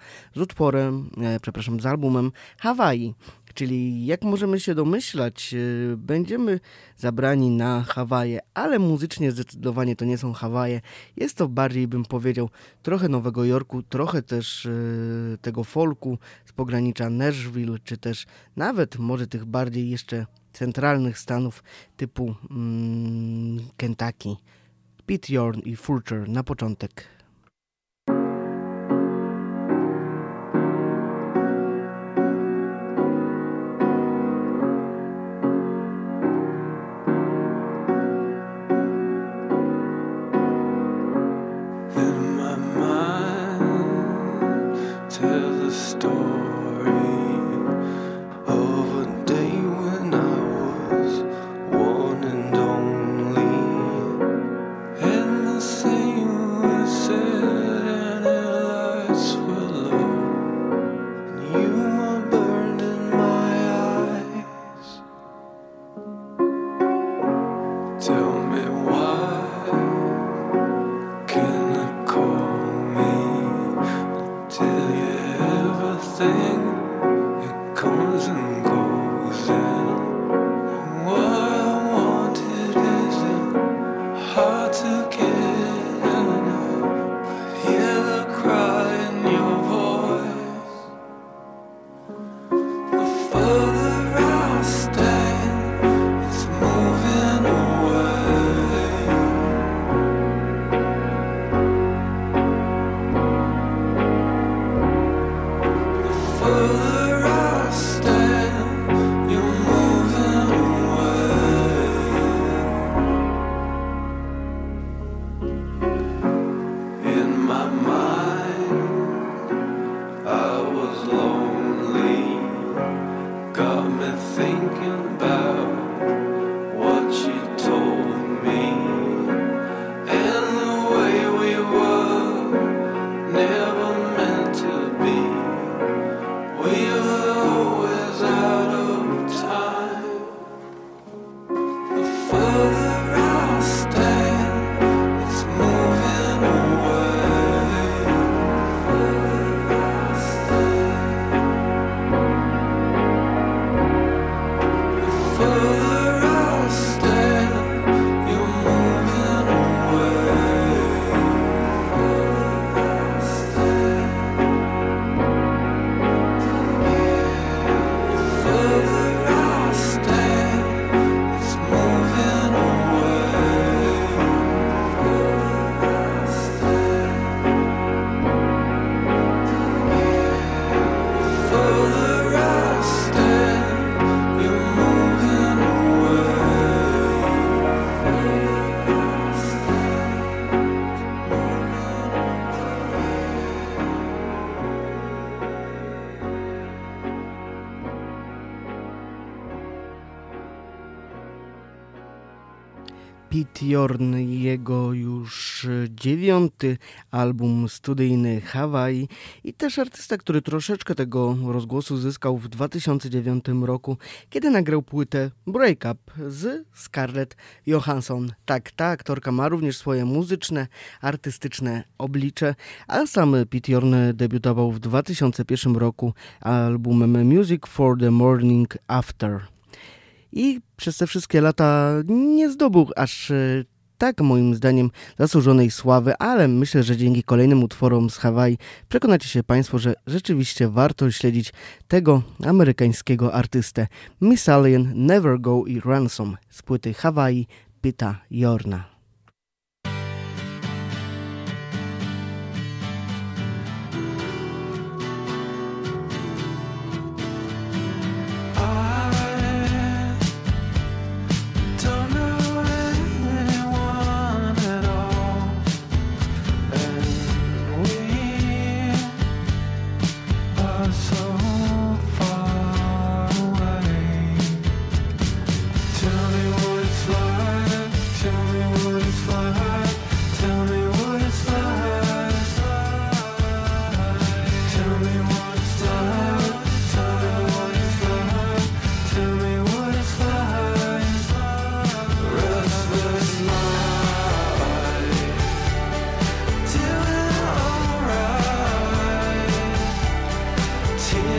z albumem Hawaii. Czyli jak możemy się domyślać, będziemy zabrani na Hawaje, ale muzycznie zdecydowanie to nie są Hawaje. Jest to bardziej, bym powiedział, trochę Nowego Jorku, trochę też tego folku z pogranicza Nashville, czy też nawet może tych bardziej jeszcze centralnych stanów typu Kentucky. Pete Yorn i Fulcher na początek. And thing, it comes and goes, and what I wanted isn't hard to get, and I hear the cry in your voice. The further I stay, it's moving away. The further I stand, you're moving away. In my mind, I was lonely, got me thinking about what you told me, and the way we were never meant to be. We were always out of time. The further I stand, it's moving away. The further I stand, the further I stand, you're moving away. The further I stand, the further I stand, it's moving away. The further I stand, the further I stand, you're moving away. The further I Pete Yorn, jego już 9. album studyjny Hawaii i też artysta, który troszeczkę tego rozgłosu zyskał w 2009 roku, kiedy nagrał płytę Break Up z Scarlett Johansson. Tak, ta aktorka ma również swoje muzyczne, artystyczne oblicze, a sam Pete Yorn debiutował w 2001 roku albumem Music for the Morning After. I przez te wszystkie lata nie zdobył aż tak moim zdaniem zasłużonej sławy, ale myślę, że dzięki kolejnym utworom z Hawaii przekonacie się Państwo, że rzeczywiście warto śledzić tego amerykańskiego artystę. Miss Alien, Never Go i Ransom z płyty Hawaii Pita Yorna. take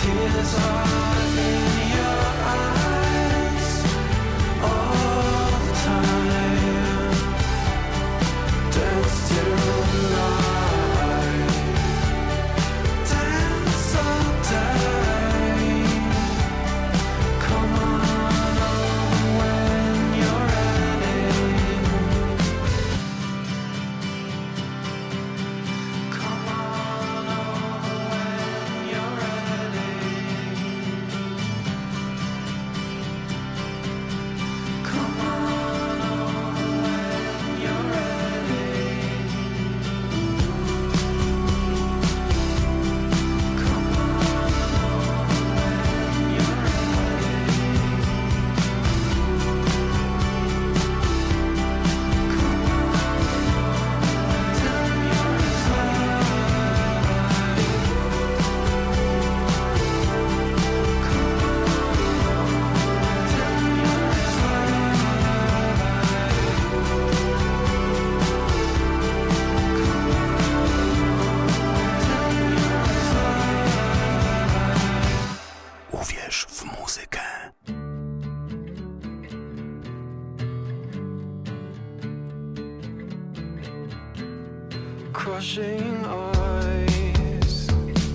crushing eyes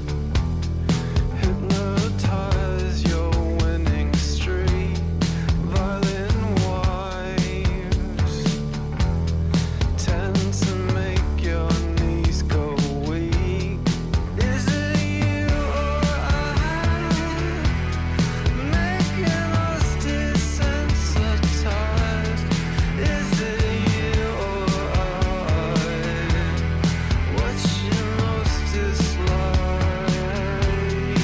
hypnotize your winning streak. Violent wives tend to make your knees go weak. Is it you or I making us desensitized? Is it you or I? What's your most dislike?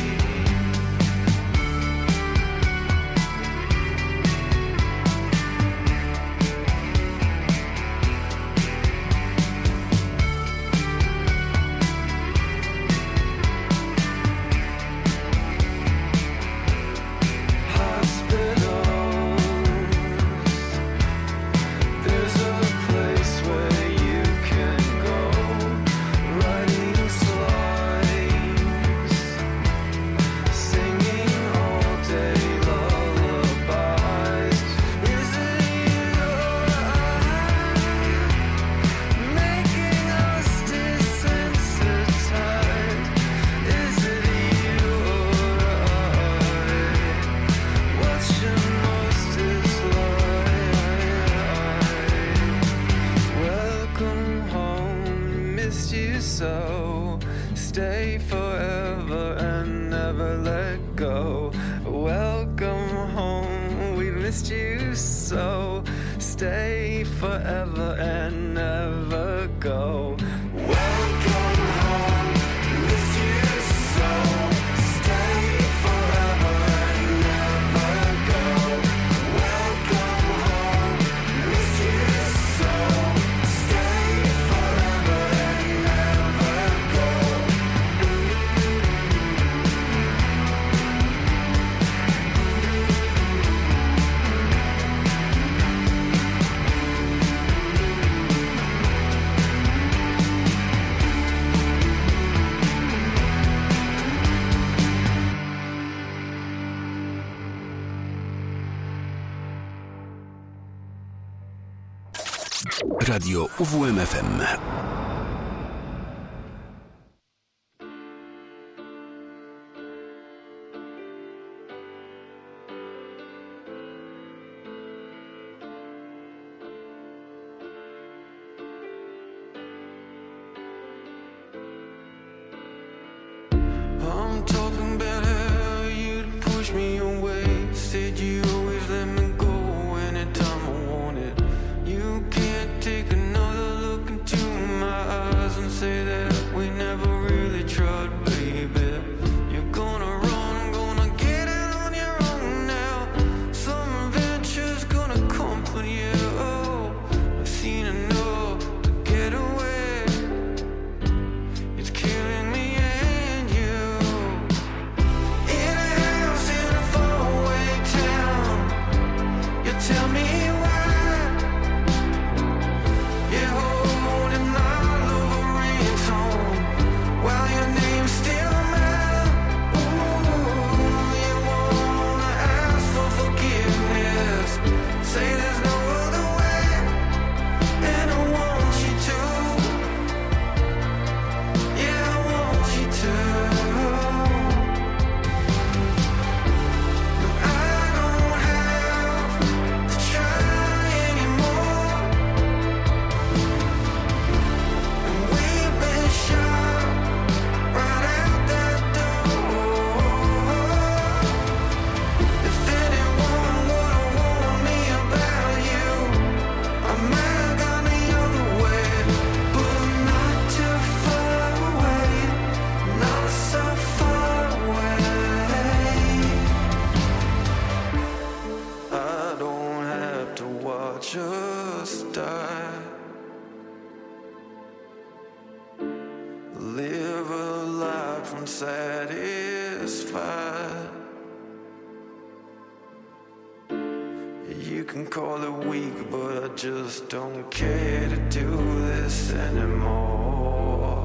Hospitals, there's a place where you can go, writing slides, singing all day lullabies. Is it you or I making us desensitized? Is it you or I? What's your most dislike? Welcome home, missed you so. Stay forever and never let go. Welcome home, we missed you so. Stay forever and never go. Welcome home, missed you so. Stay forever and never go. Welcome home, missed you so. Stay forever and never go. Radio UWM-FM. I'm talking about how you'd push me away. Said you always let me go anytime I want it. You can't take another look into my You can call it weak, but I just don't care to do this anymore.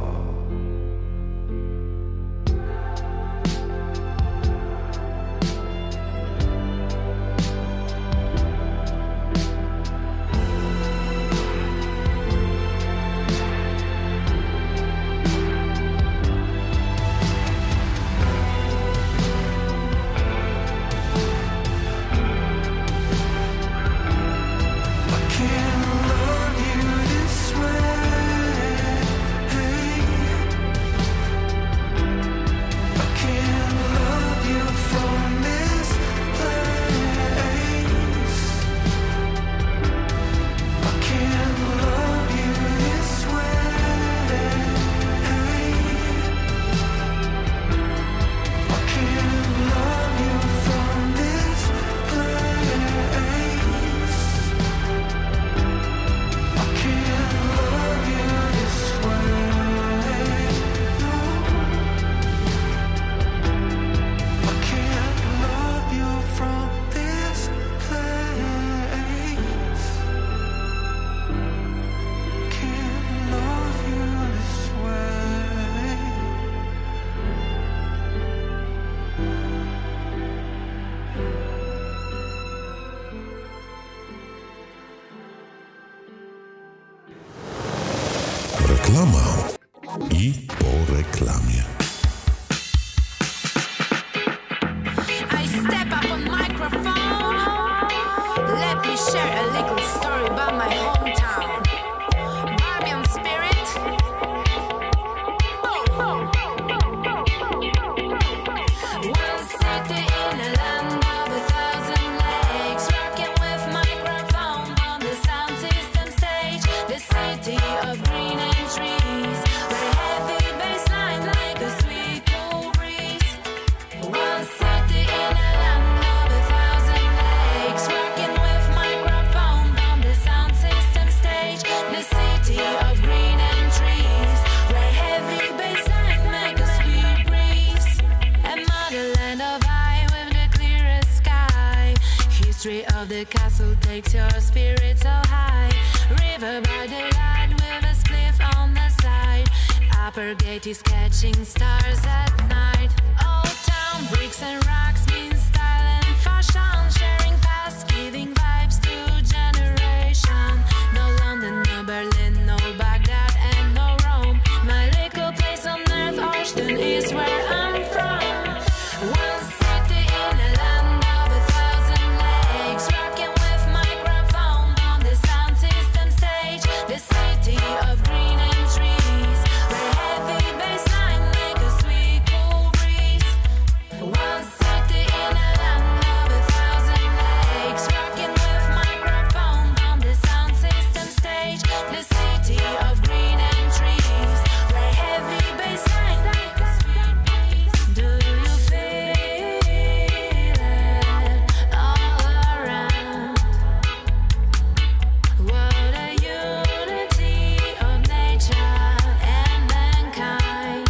Reklama i po reklamie. I step up on microphone. Let me share a little story about my hometown. Barbarian spirit. One city in a land of 1,000 lakes, working with microphone on the sound system stage. The city of green and trees, where heavy bass line like a sweet cool breeze. One city in a land of 1,000 lakes, working with microphone on the sound system stage. The city of green and trees, where heavy bass line make a sweet breeze. A motherland of eye with the clearest sky. History of the castle takes your spirit so high. River by the light with a spliff on the side. Upper gate is catching stars at night. Old town bricks and rocks mean style and fashion. Sharing past, giving vibes to generation. No London, no Berlin, no Baghdad and no Rome. My little place on earth, Austin, is where I'm from. One city in a land of 1,000 lakes, working with microphone on the sound system stage. The city of green and trees, where heavy bass line make a sweet cool breeze. One city in a land of 1,000 lakes, working with microphone on the sound system stage. The city of green and trees, where heavy bass line make a sweet breeze. Do you feel it all around? What a unity of nature and mankind.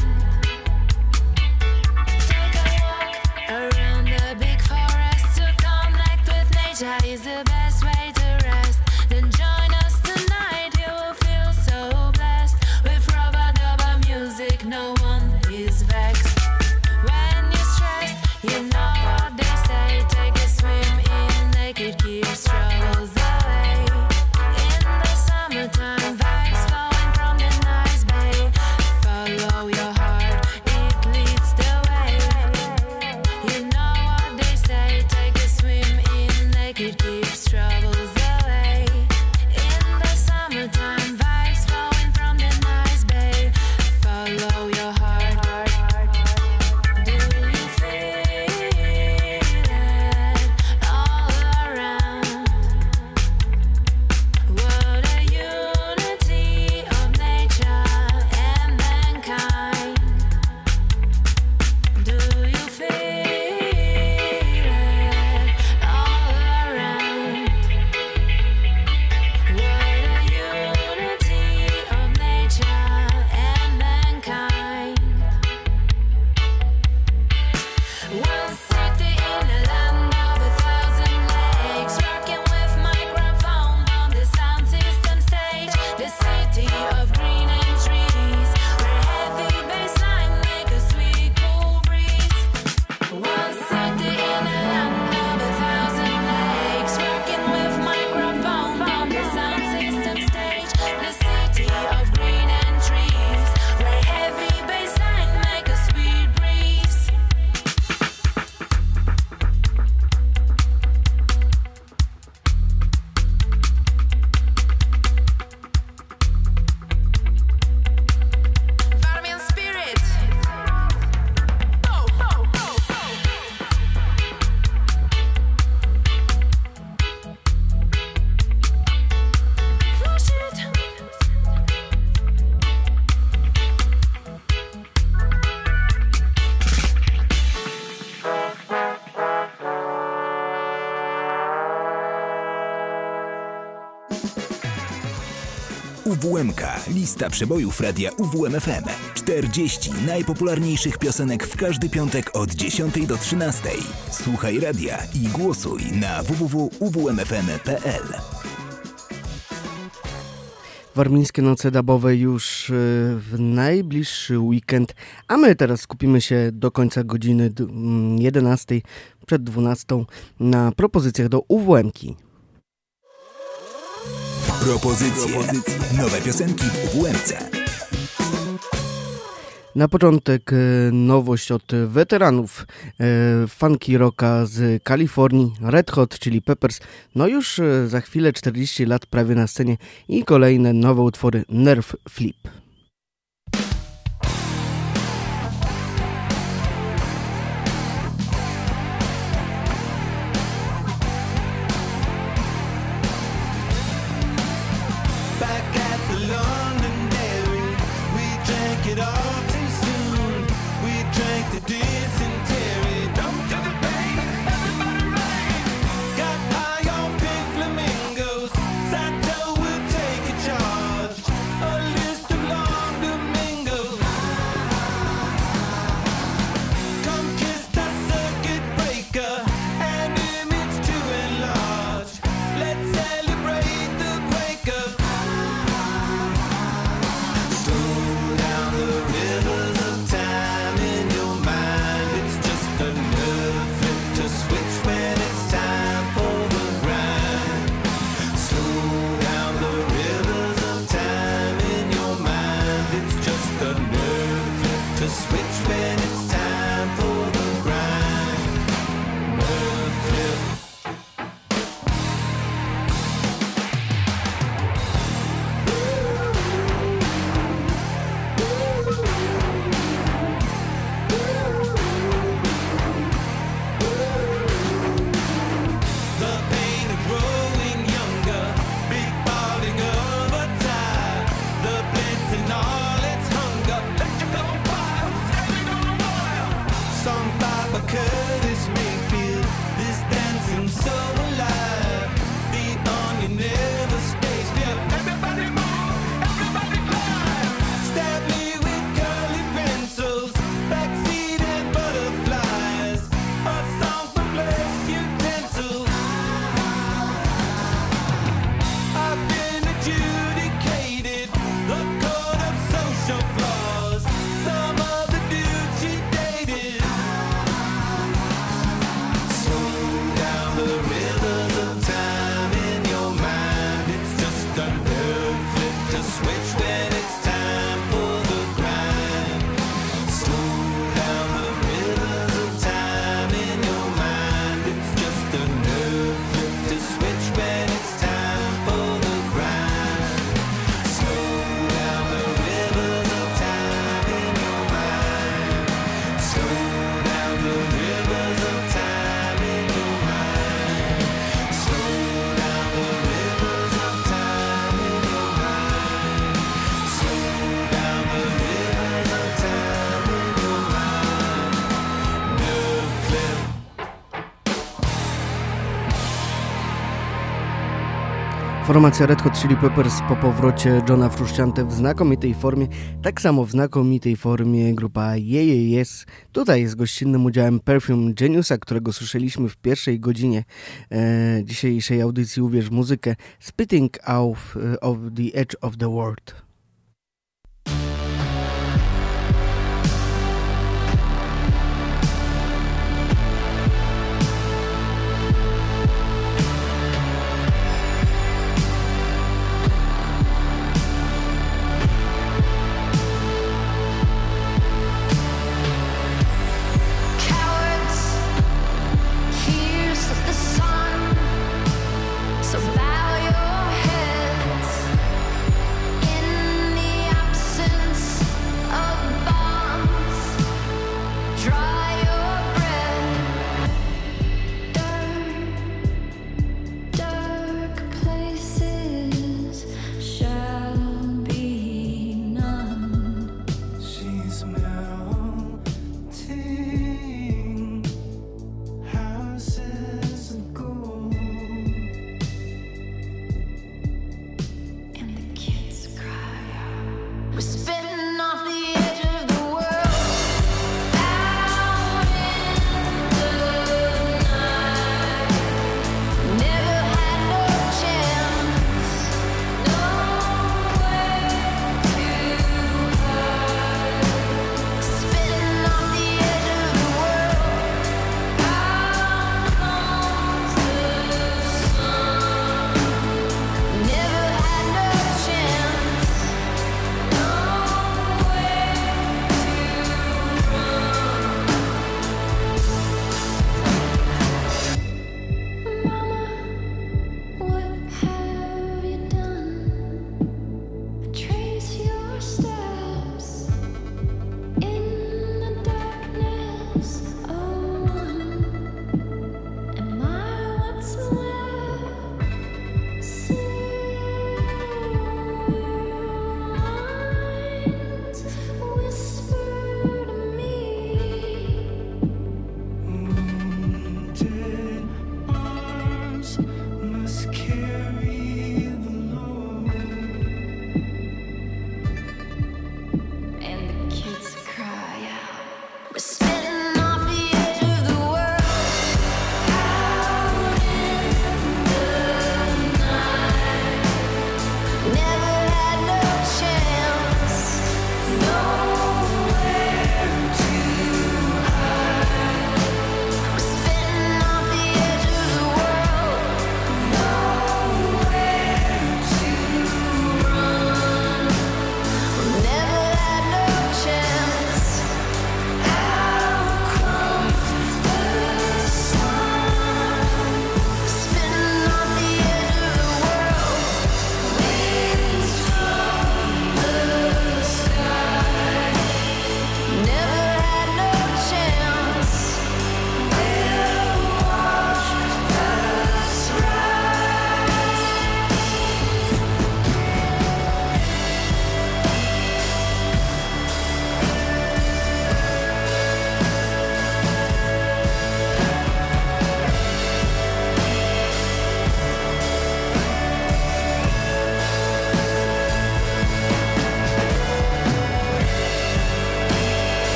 Take a walk around the big forest to connect with nature is the best way to rest. Then join us tonight, you will feel so blessed. With rubber-dubber music, no one is vexed. When you're stressed, you know what they say. Take a swim in lake, it keeps troubles away. In the summertime, vibes flowing from the nice bay. Follow your heart, it leads the way. You know what they say. Take a swim in lake, it keeps troubles away. In the summertime, vibes flowing from the nice bay. Follow your heart. Do you feel it all around? What a unity of nature and mankind. Do you feel it all around? UWMK. Lista przebojów radia UWMFM. 40 najpopularniejszych piosenek w każdy piątek od 10 do 13. Słuchaj radia i głosuj na www.uwmfm.pl. Warmińskie noce dubowe już w najbliższy weekend, a my teraz skupimy się do końca godziny 11, przed 12 na propozycjach do UWM-ki. Propozycje. Nowe piosenki w UWM-ce. Na początek nowość od weteranów funky rocka z Kalifornii, Red Hot Chili Peppers. No już za chwilę 40 lat prawie na scenie i kolejne nowe utwory Nerve Flip. Formacja Red Hot Chili Peppers po powrocie Johna Frusciante w znakomitej formie, tak samo w znakomitej formie grupa Yeah Yes. Tutaj z gościnnym udziałem Perfume Geniusa, którego słyszeliśmy w pierwszej godzinie dzisiejszej audycji Uwierz w muzykę, Spitting Off of the Edge of the World. So bow your heads in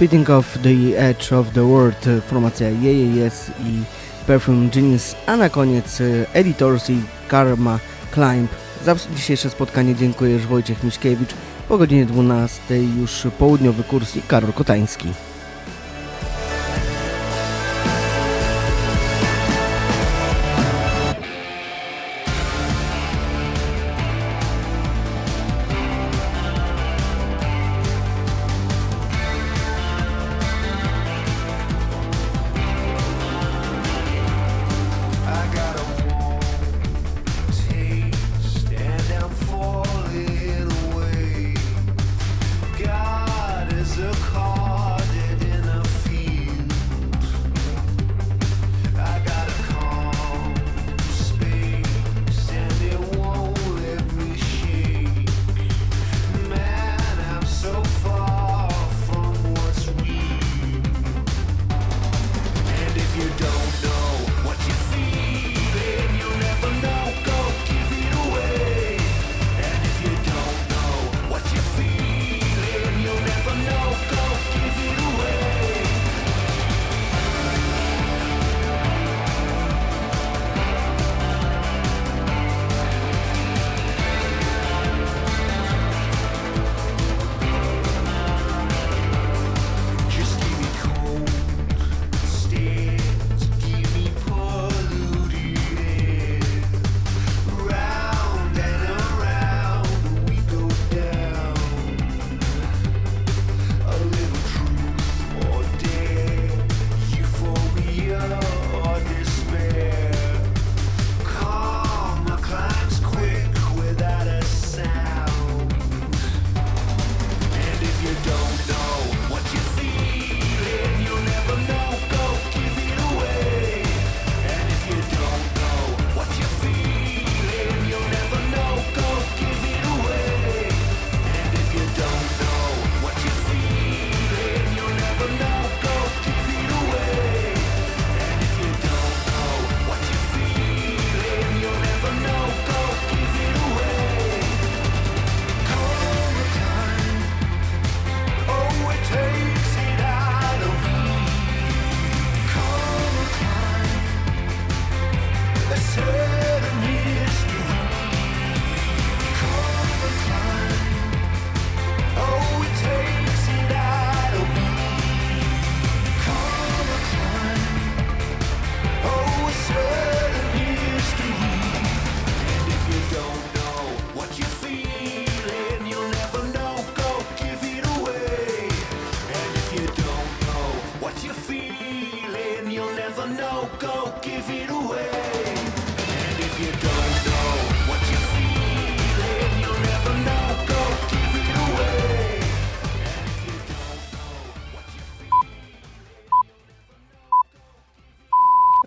Spitting Off the Edge of the World, formacja Yes i Perfume Genius, a na koniec Editors i Karma Climb. Za dzisiejsze spotkanie dziękuję, Wojciech Miśkiewicz. Po godzinie 12 już południowy kurs i Karol Kotański.